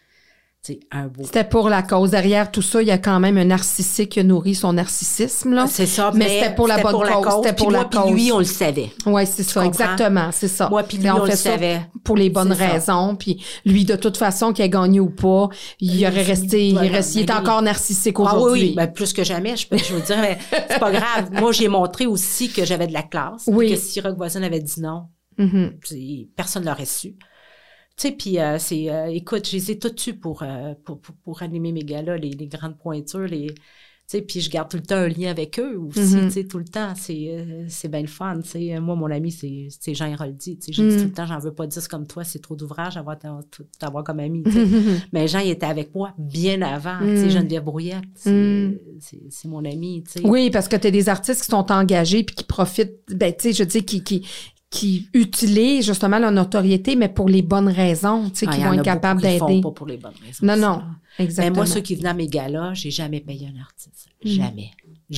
C'était pour la cause. Derrière tout ça, il y a quand même un narcissique qui a nourri son narcissisme. Là. C'est ça, mais c'était pour la bonne cause. C'était pour la cause. Lui, on le savait. Oui, c'est ça, exactement. C'est ça. Moi, puis lui, on le savait. Pour les bonnes raisons. Puis lui, de toute façon, qu'il ait gagné ou pas, il aurait resté, il est encore narcissique aujourd'hui. Oui, ben, plus que jamais, je veux dire, mais c'est pas grave. Moi, j'ai montré aussi que j'avais de la classe. Oui. Que si Rock Voisine avait dit non, personne ne l'aurait su. Tu sais, puis écoute, je les ai toutes tues pour animer mes galas, les grandes pointures, tu sais, puis je garde tout le temps un lien avec eux aussi, tu sais, tout le temps, c'est bien le fun, tu sais. Moi, mon ami, c'est Jean Héroldi, tu sais, j'ai dit tout le temps, j'en veux pas 10 comme toi, c'est trop d'ouvrage à t'avoir comme ami, tu sais. Mais Jean, il était avec moi bien avant, tu sais, Geneviève Brouillette, c'est mon ami, tu sais. Oui, parce que tu as des artistes qui sont engagés puis qui profitent, ben, tu sais, je dis, qui utilisent justement leur notoriété, mais pour les bonnes raisons, tu sais, qui vont être capables d'aider. Ils font pas pour les bonnes raisons. Non, exactement. Mais moi, ceux qui venaient à mes galas, j'ai jamais payé un artiste. Jamais.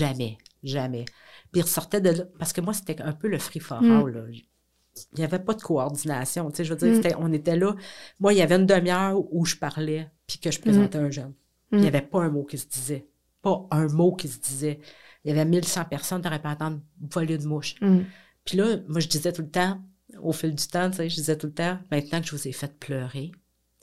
Puis ils ressortaient de là, parce que moi, c'était un peu le free-for-all, là. Il n'y avait pas de coordination, tu sais, je veux dire, on était là. Moi, il y avait une demi-heure où je parlais, puis que je présentais un jeune. Il n'y avait pas un mot qui se disait. Pas un mot qui se disait. Il y avait 1100 personnes, t'aurais pas entendre une volée de mouches. Puis là, moi, je disais tout le temps, au fil du temps, tu sais, je disais tout le temps, maintenant que je vous ai fait pleurer,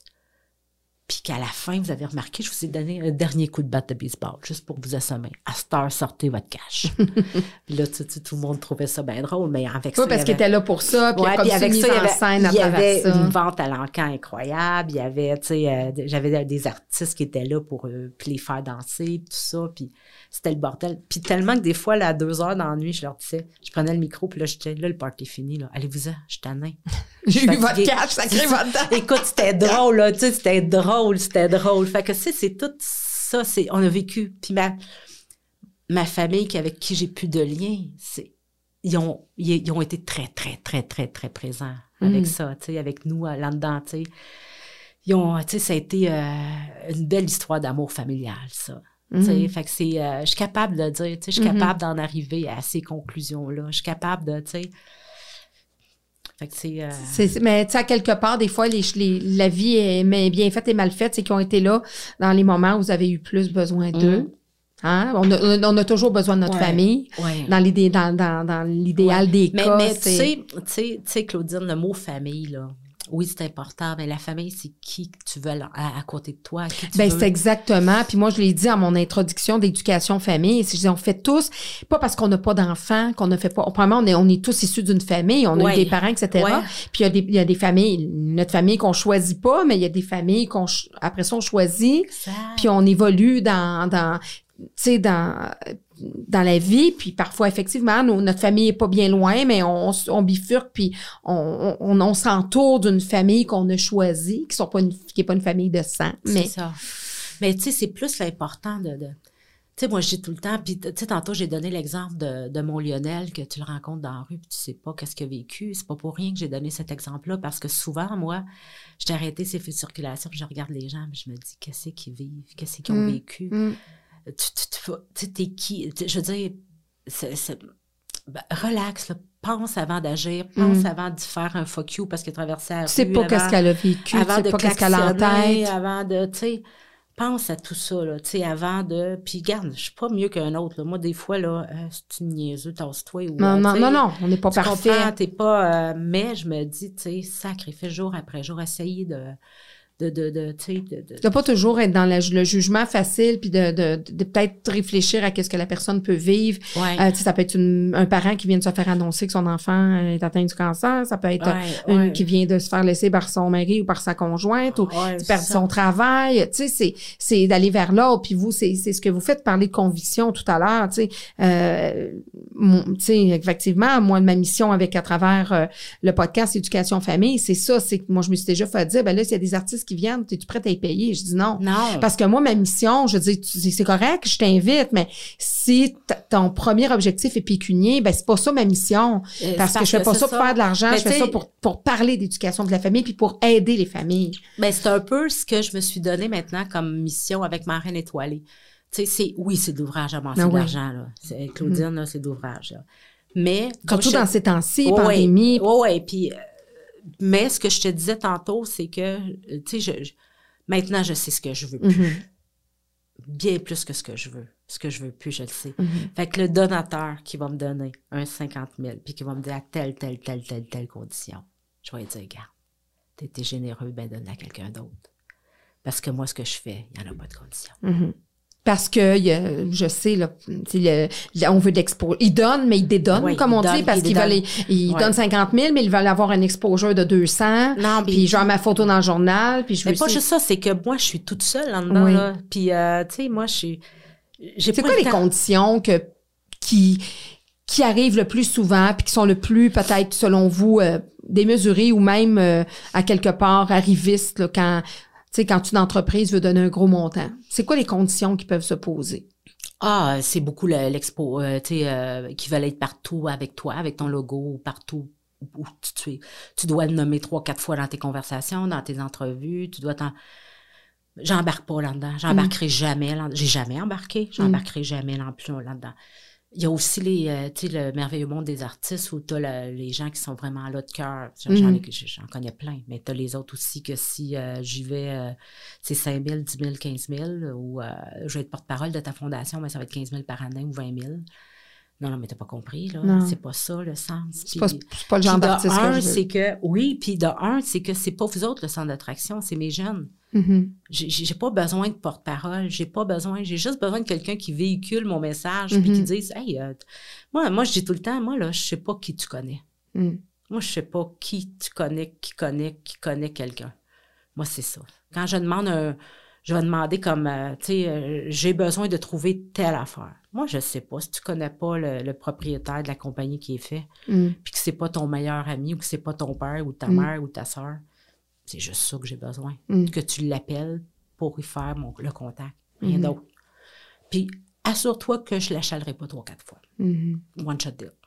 puis qu'à la fin, vous avez remarqué, je vous ai donné un dernier coup de batte de baseball, juste pour vous assommer. À cette heure, sortez votre cash. Puis là, tout le monde trouvait ça bien drôle, mais avec ça... Oui, parce qu'il était là pour ça, puis comme avec ça, il y avait une vente à l'encan incroyable, il y avait, tu sais, j'avais des artistes qui étaient là pour les faire danser, tout ça, puis c'était le bordel. Puis tellement que des fois, là, à 2 heures dans la nuit, je leur disais, je prenais le micro, puis là, j'étais là, le party est fini, là. Allez-vous-en, je suis tannin. J'ai eu votre cash, ça crée votre dent. Écoute, c'était drôle, là, tu sais, c'était drôle. Fait que, c'est tout ça, on a vécu. Puis ma famille avec qui j'ai plus de lien, ils ont été très, très, très, très, très présents avec ça, tu sais, avec nous là-dedans, tu sais. Tu sais, ça a été une belle histoire d'amour familial, ça. Tu sais, fait que je suis capable de dire, tu sais, je suis capable d'en arriver à ces conclusions-là. Je suis capable de, tu sais... Fait que mais tu sais, quelque part, des fois, la vie est bien faite et mal faite, c'est qu'ils ont été là dans les moments où vous avez eu plus besoin d'eux. Hein? On a toujours besoin de notre famille. Dans l'idéal des cas. Mais tu sais, Claudine, le mot famille, là, oui, c'est important, mais la famille, c'est qui que tu veux à côté de toi? C'est exactement. Puis moi, je l'ai dit à mon introduction d'éducation famille. Je dis, on fait tous, pas parce qu'on n'a pas d'enfants, qu'on ne fait pas. Premièrement, on est tous issus d'une famille, on a eu des parents, etc. Puis il y a des familles, notre famille qu'on choisit pas, mais il y a des familles après ça, on choisit. Exact. Puis on évolue dans la vie, puis parfois, effectivement, notre famille est pas bien loin, mais on bifurque, puis on s'entoure d'une famille qu'on a choisie, qui est pas une famille de sang. C'est ça. Mais tu sais, c'est plus l'important de tu sais, moi, je dis tout le temps, puis tu sais, tantôt, j'ai donné l'exemple de mon Lionel, que tu le rencontres dans la rue, puis tu sais pas qu'est-ce qu'il a vécu. C'est pas pour rien que j'ai donné cet exemple-là, parce que souvent, moi, je t'ai arrêté ces feux de circulation, puis je regarde les gens, puis je me dis, qu'est-ce qu'ils vivent, qu'est-ce qu'ils ont vécu. Tu sais, t'es qui? Je veux dire, relax, là, pense avant d'agir, pense avant de faire un fuck you parce qu'il a traversé la rue. Tu sais pas qu'est-ce qu'elle a vécu, tu sais pas qu'est-ce qu'elle a en tête. Avant de, tu sais, pense à tout ça, là, tu sais, avant de... Puis regarde, je suis pas mieux qu'un autre, là. Moi, des fois, là, c'est une niaiseux, tasse-toi. Ou, non, on n'est pas parfait. Comprends, t'es pas... mais je me dis, tu sais, sacrifice jour après jour, essayer de pas toujours être dans le jugement facile puis de peut-être réfléchir à qu'est-ce que la personne peut vivre. Ouais. Ça peut être un parent qui vient de se faire annoncer que son enfant est atteint du cancer. Ça peut être une qui vient de se faire laisser par son mari ou par sa conjointe ou de perdre son travail. Tu sais, c'est d'aller vers l'autre. Puis vous, c'est ce que vous faites, parler de conviction tout à l'heure. Tu sais, effectivement, moi, ma mission à travers le podcast Éducation Famille, c'est ça. C'est que moi, je me suis déjà fait dire, ben là, s'il y a des artistes qui viennent, es-tu prête à y payer? Je dis non. Non. Parce que moi, ma mission, je dis, c'est correct, je t'invite, mais si ton premier objectif est pécunier, ben c'est pas ça ma mission. Parce que je fais pas ça pour faire de l'argent, je fais ça pour parler d'éducation de la famille puis pour aider les familles. Ben, c'est un peu ce que je me suis donné maintenant comme mission avec Ma Reine étoilée. Tu sais, c'est de l'ouvrage à manger de l'argent, là. Claudine, là, c'est de l'ouvrage, là. Mais... Surtout dans ces temps-ci, pandémie. Oui, puis... mais ce que je te disais tantôt, c'est que, tu sais, maintenant, je sais ce que je veux plus. Bien plus que ce que je veux. Ce que je veux plus, je le sais. Fait que le donateur qui va me donner un 50 000 puis qui va me dire à telle condition, je vais lui dire, regarde, t'es généreux, ben donne-la à quelqu'un d'autre. Parce que moi, ce que je fais, il n'y en a pas de condition. Parce que, je sais, là, on veut d'expo. Ils donnent, mais ils dédonnent, comme on dit, parce qu'ils veulent, ils donnent 50 000, mais ils veulent avoir un exposure de 200. Non, puis genre ma photo dans le journal, puis je veux. Mais pas juste ça, c'est que moi, je suis toute seule là-dedans, là. Puis, tu sais, moi, j'ai c'est quoi les conditions qui arrivent le plus souvent, puis qui sont le plus, peut-être, selon vous, démesurées ou même, à quelque part, arrivistes, là, quand une entreprise veut donner un gros montant? C'est quoi les conditions qui peuvent se poser? C'est beaucoup l'expo, qui veulent être partout avec toi, avec ton logo, partout où tu dois le nommer 3-4 fois dans tes conversations, dans tes entrevues, tu dois J'embarque pas là-dedans, j'embarquerai jamais là-dedans. J'ai jamais embarqué, j'embarquerai jamais non plus là-dedans. Il y a aussi le merveilleux monde des artistes où t'as les gens qui sont vraiment là de cœur. J'en connais plein, mais t'as les autres aussi que si j'y vais, c'est 5 000, 10 000, 15 000, ou je vais être porte-parole de ta fondation, mais ça va être 15 000 par année ou 20 000. Non, mais t'as pas compris, là. Non. C'est pas ça, le sens. C'est pas le genre d'artiste que je veux. C'est que, puis c'est que c'est pas vous autres, le centre d'attraction, c'est mes jeunes. J'ai pas besoin de porte-parole, j'ai juste besoin de quelqu'un qui véhicule mon message puis qui dise, hey, moi, je dis tout le temps, moi, là, je sais pas qui tu connais. Moi, je sais pas qui tu connais, qui connaît quelqu'un. Moi, c'est ça. Quand je demande je vais demander comme, j'ai besoin de trouver telle affaire. Moi, je sais pas. Si tu connais pas le propriétaire de la compagnie qui est fait, puis que c'est pas ton meilleur ami ou que c'est pas ton père ou ta mère ou ta sœur, c'est juste ça que j'ai besoin. Que tu l'appelles pour y faire le contact. Rien d'autre. Puis, assure-toi que je l'achalerai pas 3-4 fois. One shot deal.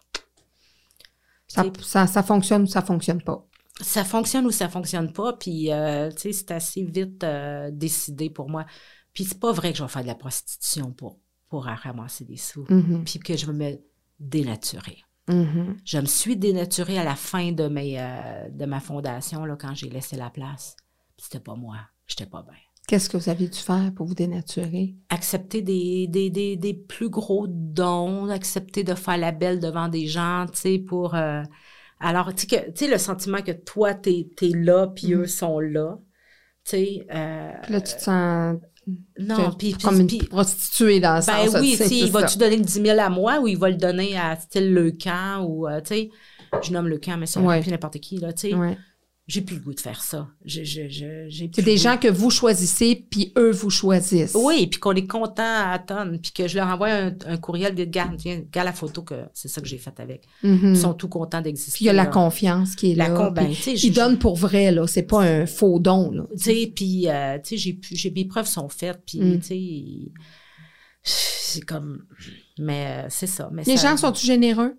Ça fonctionne ou ça fonctionne pas. Ça fonctionne ou ça fonctionne pas, puis, tu sais, c'est assez vite décidé pour moi. Puis, c'est pas vrai que je vais faire de la prostitution pour ramasser des sous. Puis que je vais me dénaturer. Je me suis dénaturée à la fin de ma fondation, là, quand j'ai laissé la place. Puis c'était pas moi. J'étais pas bien. Qu'est-ce que vous avez dû faire pour vous dénaturer? Accepter des plus gros dons, accepter de faire la belle devant des gens, tu sais, pour... alors, tu sais, le sentiment que toi, t'es là, puis eux sont là, tu sais... Là, tu te sens... Non, comme une prostituée dans le sens. Ben oui, tu sais, il va-tu donner 10 000 à moi ou il va le donner à style Leucan ou, tu sais, je nomme Leucan, mais ça aurait pu n'importe qui, là, tu sais. J'ai plus le goût de faire ça. C'est des gens que vous choisissez, puis eux vous choisissent. Oui, puis qu'on est content à tonnes, puis que je leur envoie un courriel de regarde la photo, que c'est ça que j'ai fait avec. Ils sont tout contents d'exister. Puis il y a la confiance qui est là. Ils donnent pour vrai, là. C'est pas un faux don, là. Tu sais, puis, tu sais, mes preuves sont faites, puis, tu sais, c'est comme... Mais c'est ça. Mais les gens sont-ils généreux?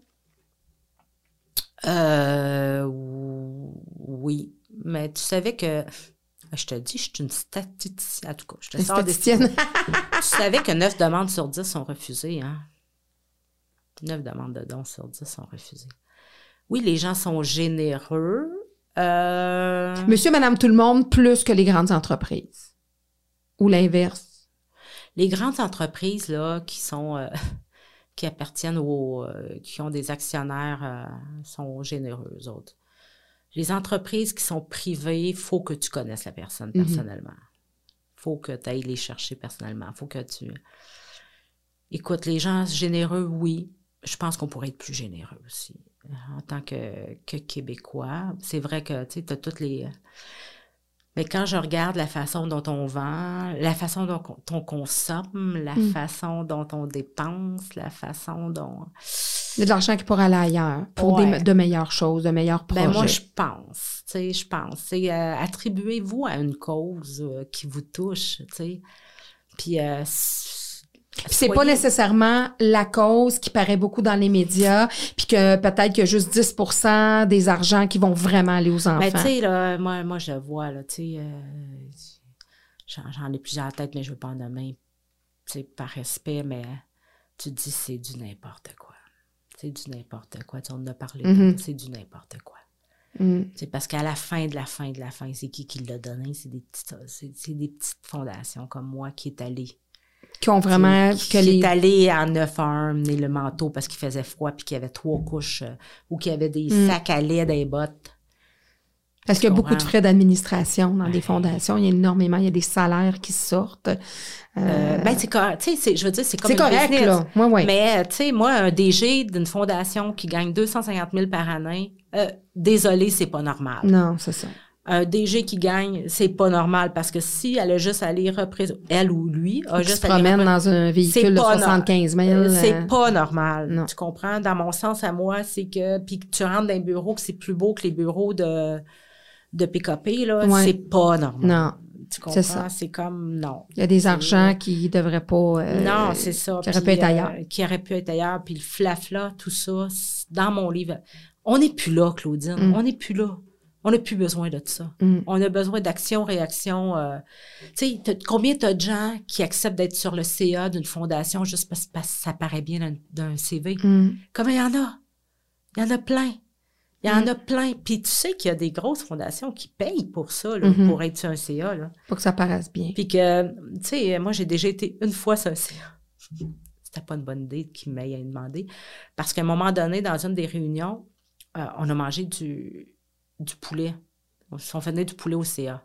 Oui, mais tu savais que... Je te dis, je suis une statisticienne. En tout cas, je te sors des statistiques. Tu savais que 9 demandes sur 10 sont refusées, hein? 9 demandes de dons sur 10 sont refusées. Oui, les gens sont généreux. Monsieur, madame, tout le monde, plus que les grandes entreprises. Ou l'inverse. Les grandes entreprises, là, qui appartiennent qui ont des actionnaires, sont généreux, eux autres. Les entreprises qui sont privées, il faut que tu connaisses la personne personnellement. Il faut que tu ailles les chercher personnellement. Il faut que tu... Écoute, les gens généreux, oui. Je pense qu'on pourrait être plus généreux aussi. En tant que Québécois, c'est vrai que, tu sais, tu as toutes les... Mais quand je regarde la façon dont on vend, la façon dont on consomme, la façon dont on dépense, la façon dont... Il y a de l'argent qui pourrait aller ailleurs pour de meilleures choses, de meilleurs projets. Ben moi, je pense. Attribuez-vous à une cause qui vous touche, tu sais. Puis... c'est pas nécessairement la cause qui paraît beaucoup dans les médias, puis que peut-être qu'il y a juste 10% des argents qui vont vraiment aller aux enfants. Ben, tu sais, là, moi, je le vois, là, tu sais, j'en ai plusieurs têtes, mais je veux pas en nommer, tu sais, par respect, mais tu te dis, c'est du n'importe quoi. C'est du n'importe quoi. Tu sais, on en a parlé, c'est du n'importe quoi. C'est parce qu'à la fin de la fin, c'est qui l'a donné? C'est des petites fondations comme moi qui est allée. Qui ont vraiment... Qui est allé en 9h mener le manteau parce qu'il faisait froid puis qu'il y avait 3 couches ou qu'il y avait des sacs à lait dans les bottes. Parce qu'il y a beaucoup de frais d'administration dans des fondations. Il y a énormément, il y a des salaires qui sortent. Ben, c'est correct. Tu sais, je veux dire, c'est comme c'est correct, business. Là. Ouais. Mais, tu sais, moi, un DG d'une fondation qui gagne 250 000 par année, désolé, c'est pas normal. Non, c'est ça. Un DG qui gagne, c'est pas normal parce que si elle a juste à aller représenter, elle ou lui a juste à aller promène dans un véhicule de 75 000. C'est pas normal. Non. Tu comprends? Dans mon sens à moi, c'est que, puis que tu rentres dans un bureau que c'est plus beau que les bureaux de PKP, là, c'est pas normal. Non. Tu comprends? C'est comme, non. Il y a des argents qui devraient pas... non, c'est ça. Qui auraient pu être ailleurs. Qui auraient pu être ailleurs. Puis le flafla, tout ça, dans mon livre. On n'est plus là, Claudine. On n'est plus là. On n'a plus besoin de ça. On a besoin d'action, réaction. Tu sais, combien t'as de gens qui acceptent d'être sur le CA d'une fondation juste parce que ça paraît bien d'un CV? Comment il y en a? Il y en a plein. Il y en a plein. Puis tu sais qu'il y a des grosses fondations qui payent pour ça, là, pour être sur un CA. Là. Pour que ça paraisse bien. Puis que, tu sais, moi, j'ai déjà été une fois sur un CA. C'était pas une bonne idée qu'ils m'aient demandé. Parce qu'à un moment donné, dans une des réunions, on a mangé du poulet. On faisait du poulet au CA.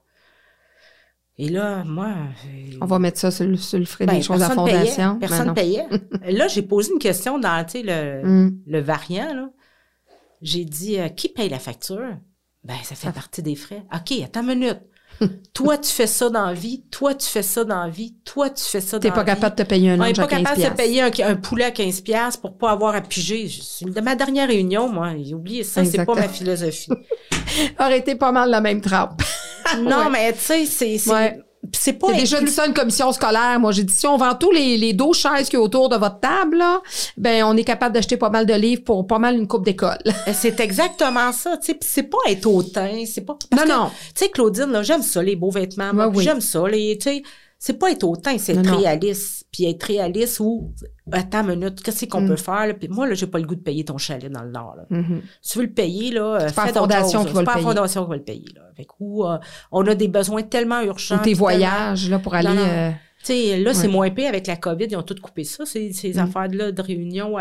Et là, moi... On va mettre ça sur le frais des choses à fondation. Personne payait. Là, j'ai posé une question dans, tu sais, le variant, là. J'ai dit, qui paye la facture? Ben, ça fait partie des frais. OK, attends une minute. Toi, tu fais ça dans la vie. Toi, tu fais ça dans la vie. Toi, tu fais ça dans la vie. T'es pas capable de te payer un lunch à 15$. On n'est pas capable de se payer un poulet à 15$ pour pas avoir à piger. De ma dernière réunion, moi, j'ai oublié ça. Exactement. C'est pas ma philosophie. Aurait été pas mal la même trappe. Non, mais tu sais, c'est pas... J'ai déjà dit ça à une commission scolaire. Moi, j'ai dit, si on vend tous les 12 chaises qu'il y a autour de votre table, là, ben, on est capable d'acheter pas mal de livres pour pas mal une coupe d'école. C'est exactement ça, tu sais. Puis c'est pas être hautain, c'est pas... Non. Tu sais, Claudine, là, j'aime ça, les beaux vêtements. Moi, j'aime ça, tu sais. C'est pas être hautain, c'est être réaliste. Puis être réaliste ou... Attends une minute, qu'est-ce qu'on peut faire? Là? Puis moi, là, j'ai pas le goût de payer ton chalet dans le Nord. Là. Si tu veux le payer, là, fais d'autres choses. C'est pas la fondation qui va le payer. Là. Fait que, on a des besoins tellement urgents. Ou tes voyages, là, pour aller... Tu sais, là, c'est moins pire avec la COVID. Ils ont tout coupé ça, ces affaires-là de réunion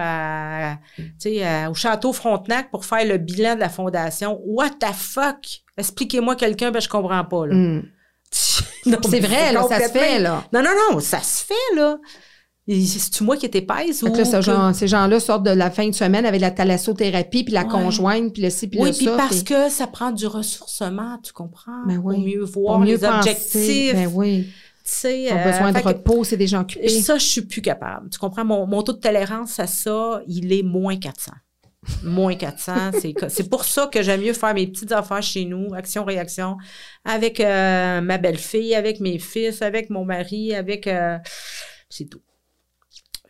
au Château Frontenac pour faire le bilan de la fondation. What the fuck? Expliquez-moi quelqu'un, ben je comprends pas, là. Non, c'est vrai, là, ça se fait, là. Non, ça se fait, là. C'est-tu moi qui étais pèse ou... Ces gens-là sortent de la fin de semaine avec la thalassothérapie, puis la conjointe, puis le ci, puis le ça. Oui, puis parce que ça prend du ressourcement, tu comprends? Pour mieux voir les objectifs. Ben oui. Tu sais, ils ont besoin de repos, c'est des gens occupés. Ça, je suis plus capable. Tu comprends? Mon taux de tolérance à ça, il est moins 400. Moins 400, c'est pour ça que j'aime mieux faire mes petites affaires chez nous, action-réaction, avec ma belle-fille, avec mes fils, avec mon mari, avec... c'est tout.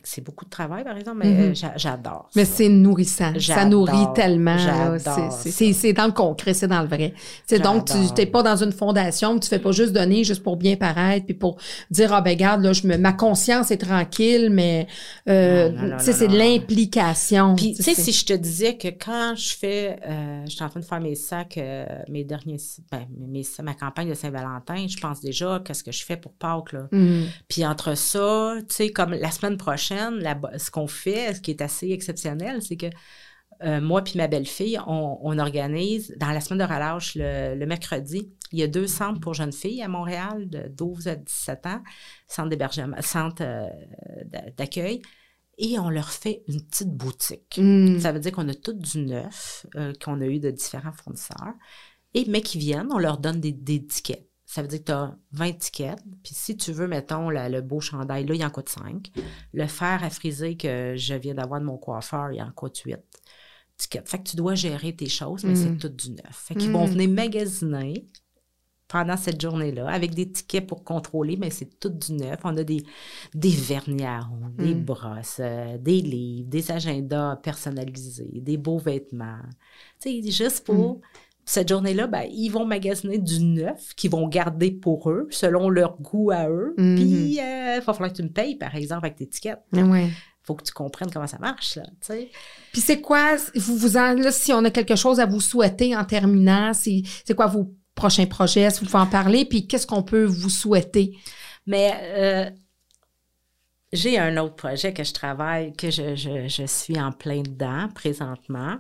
c'est beaucoup de travail, par exemple, mais j'adore ça. Mais c'est nourrissant. Ça nourrit tellement. J'adore. C'est dans le concret, c'est dans le vrai. Donc, tu n'es pas dans une fondation, tu fais pas juste donner juste pour bien paraître, puis pour dire, ben regarde, là, ma conscience est tranquille, mais c'est de l'implication. Puis, tu sais, si je te disais que quand je suis en train de faire mes sacs, mes derniers, ma campagne de Saint-Valentin, je pense déjà qu'est-ce que je fais pour Pâques, là. Puis entre ça, tu sais, comme la semaine prochaine, ce qu'on fait, ce qui est assez exceptionnel, c'est que moi puis ma belle-fille, on organise, dans la semaine de relâche, le mercredi, il y a 2 centres pour jeunes filles à Montréal, de 12 à 17 ans, centre d'hébergement, centre d'accueil, et on leur fait une petite boutique. Ça veut dire qu'on a tout du neuf, qu'on a eu de différents fournisseurs, mais qui viennent, on leur donne des tickets. Ça veut dire que tu as 20 tickets. Puis si tu veux, mettons, le beau chandail, là, il en coûte 5. Le fer à friser que je viens d'avoir de mon coiffeur, il en coûte 8 tickets. Fait que tu dois gérer tes choses, mais c'est tout du neuf. Fait qu'ils vont venir magasiner pendant cette journée-là avec des tickets pour contrôler, mais c'est tout du neuf. On a des vernières, des brosses, des livres, des agendas personnalisés, des beaux vêtements. Tu sais, juste pour... Cette journée-là, ben, ils vont magasiner du neuf qu'ils vont garder pour eux, selon leur goût à eux. Puis, il va falloir que tu me payes, par exemple, avec tes étiquettes. Ouais. Faut que tu comprennes comment ça marche, là, tu sais. Puis c'est quoi, là, si on a quelque chose à vous souhaiter en terminant, c'est quoi vos prochains projets, si vous pouvez en parler, puis qu'est-ce qu'on peut vous souhaiter? Mais j'ai un autre projet que je travaille, que je suis en plein dedans présentement.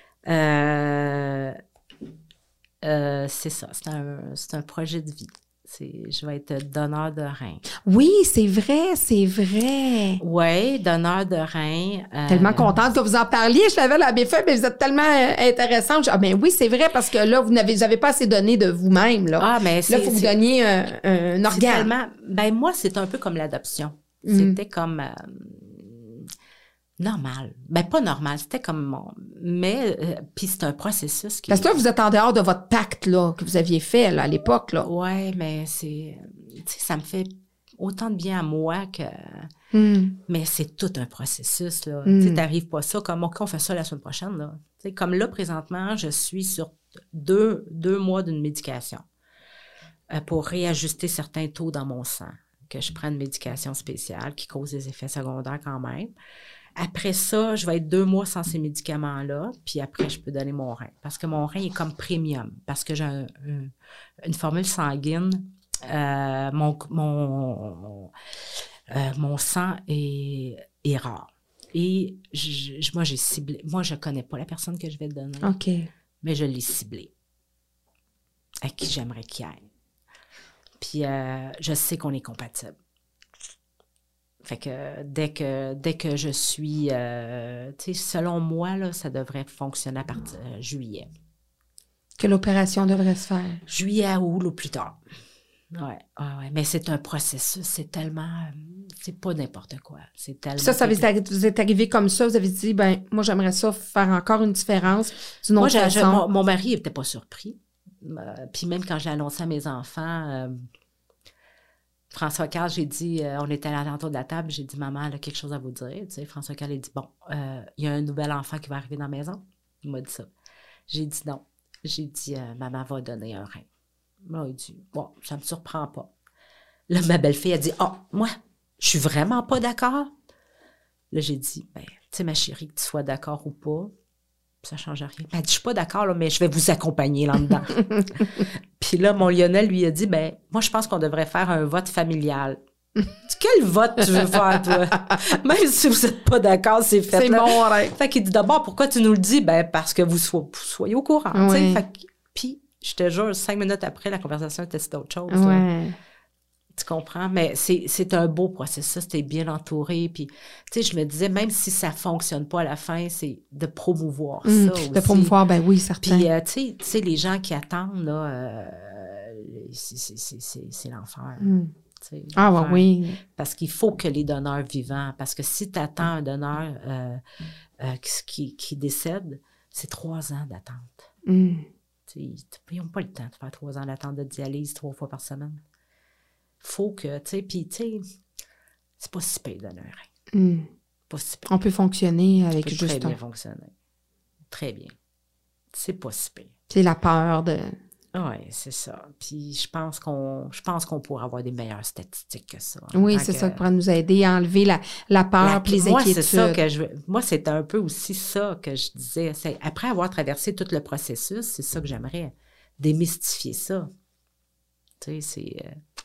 C'est ça, c'est un projet de vie. Je vais être donneur de rein. Oui, c'est vrai. Oui, donneur de rein. Tellement contente que vous en parliez. Je l'avais à mes feuilles, mais vous êtes tellement intéressante. Ben oui, c'est vrai, parce que là, vous n'avez pas assez donné de vous-même. Là, mais là, il faut vous donniez un organe. Ben moi, c'est un peu comme l'adoption. C'était comme... normal. Ben, pas normal. C'était comme... Mais, puis c'est un processus qui... Parce que là, vous êtes en dehors de votre pacte, là, que vous aviez fait, là, à l'époque, là. Oui, mais c'est... Tu sais, ça me fait autant de bien à moi que... Mais c'est tout un processus, là. Tu sais, t'arrives pas ça comme, OK, on fait ça la semaine prochaine, là. Tu sais, comme là, présentement, je suis sur 2 mois d'une médication pour réajuster certains taux dans mon sang, que je prends une médication spéciale qui cause des effets secondaires quand même. Après ça, je vais être 2 mois sans ces médicaments-là, puis après, je peux donner mon rein. Parce que mon rein est comme premium, parce que j'ai une formule sanguine. Mon sang est rare. Et moi, j'ai ciblé. Moi, je connais pas la personne que je vais te donner. OK. Mais je l'ai ciblé. À qui j'aimerais qu'il aille. Puis, je sais qu'on est compatibles. Fait que dès que je suis... tu sais, selon moi, là, ça devrait fonctionner à partir de juillet. Que l'opération devrait se faire? Juillet à août, ou plus tard. Ouais. Mais c'est un processus. C'est tellement... c'est pas n'importe quoi. C'est tellement... Ça vous est arrivé comme ça? Vous avez dit, ben moi, j'aimerais ça faire encore une différence d'une autre façon. Mon mari n'était pas surpris. Puis même quand j'ai annoncé à mes enfants... François Carl, j'ai dit, on était à l'entour de la table, j'ai dit, maman, elle a quelque chose à vous dire. Tu sais, François Carl, il dit, bon, il y a un nouvel enfant qui va arriver dans la maison. Il m'a dit ça. J'ai dit non. J'ai dit, maman va donner un rein. Là, il dit, bon, ça me surprend pas. Là, ma belle-fille a dit, moi, je suis vraiment pas d'accord. Là, j'ai dit, ben, tu sais, ma chérie, que tu sois d'accord ou pas, ça change rien. Elle dit, je suis pas d'accord, là, mais je vais vous accompagner là-dedans. Puis là, mon Lionel lui a dit, ben, moi, je pense qu'on devrait faire un vote familial. Quel vote tu veux faire, toi? Même si vous n'êtes pas d'accord, c'est fait. C'est mon rêve. Fait qu'il dit, d'abord, pourquoi tu nous le dis? Ben, parce que vous soyez au courant. Oui. Puis, je te jure, 5 minutes après, la conversation était d'autre chose. Ouais. Tu comprends? Mais c'est un beau processus, t'es bien entouré. Puis, tu sais, je me disais, même si ça ne fonctionne pas à la fin, c'est de promouvoir ça aussi. De promouvoir, ben oui, certain. Puis, tu sais, les gens qui attendent, là, c'est l'enfer. Oui. Parce qu'il faut que les donneurs vivants, parce que si tu attends un donneur qui décède, c'est 3 ans d'attente. Ils n'ont pas le temps de faire 3 ans d'attente de dialyse 3 fois par semaine. Faut que, tu sais, puis tu sais, c'est pas si pire de donner un rein. Pas si pire. On peut fonctionner avec Ça peut juste très bien fonctionner. Très bien. C'est pas si pire. C'est la peur de... Oui, c'est ça. Puis je pense qu'on pourrait avoir des meilleures statistiques que ça. Oui, c'est ça qui pourrait nous aider à enlever la peur et les moi, inquiétudes. c'est ça que moi, c'est un peu aussi ça que je disais. C'est, après avoir traversé tout le processus, c'est ça que j'aimerais, démystifier ça. Tu sais, c'est...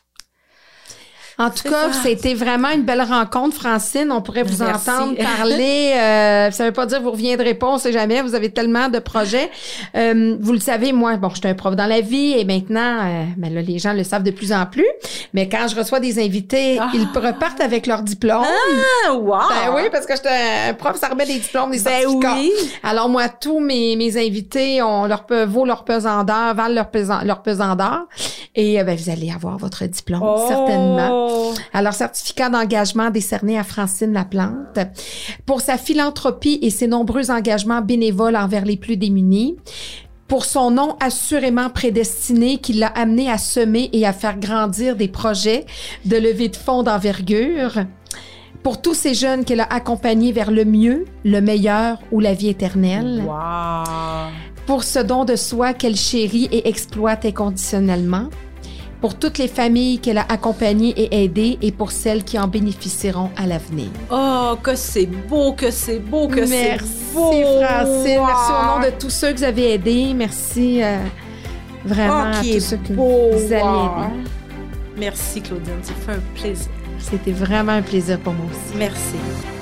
En tout cas, c'était vraiment une belle rencontre, Francine. On pourrait vous entendre parler. Ça veut pas dire que vous reviendrez pas, on sait jamais. Vous avez tellement de projets. Vous le savez, moi, bon, je suis un prof dans la vie et maintenant, ben là, les gens le savent de plus en plus. Mais quand je reçois des invités, ils repartent avec leur diplôme. Ah, wow! Ben oui, parce que j'étais un prof, ça remet des diplômes, des certificats. Oui. Alors moi, tous mes invités ont vaut leur pesant d'or, valent leur pesant d'or. Et ben, vous allez avoir votre diplôme, certainement. Alors, certificat d'engagement décerné à Francine Laplante pour sa philanthropie et ses nombreux engagements bénévoles envers les plus démunis, pour son nom assurément prédestiné qui l'a amené à semer et à faire grandir des projets de levée de fonds d'envergure, pour tous ces jeunes qu'elle a accompagnés vers le mieux, le meilleur ou la vie éternelle. Wow. Pour ce don de soi qu'elle chérit et exploite inconditionnellement, pour toutes les familles qu'elle a accompagnées et aidées et pour celles qui en bénéficieront à l'avenir. Oh, que c'est beau, que c'est beau, que c'est beau! Merci, Francine. Wow. Merci au nom de tous ceux que vous avez aidés. Merci vraiment à tous ceux que vous allez aider. Merci, Claudine. Ça fait un plaisir. C'était vraiment un plaisir pour moi aussi. Merci.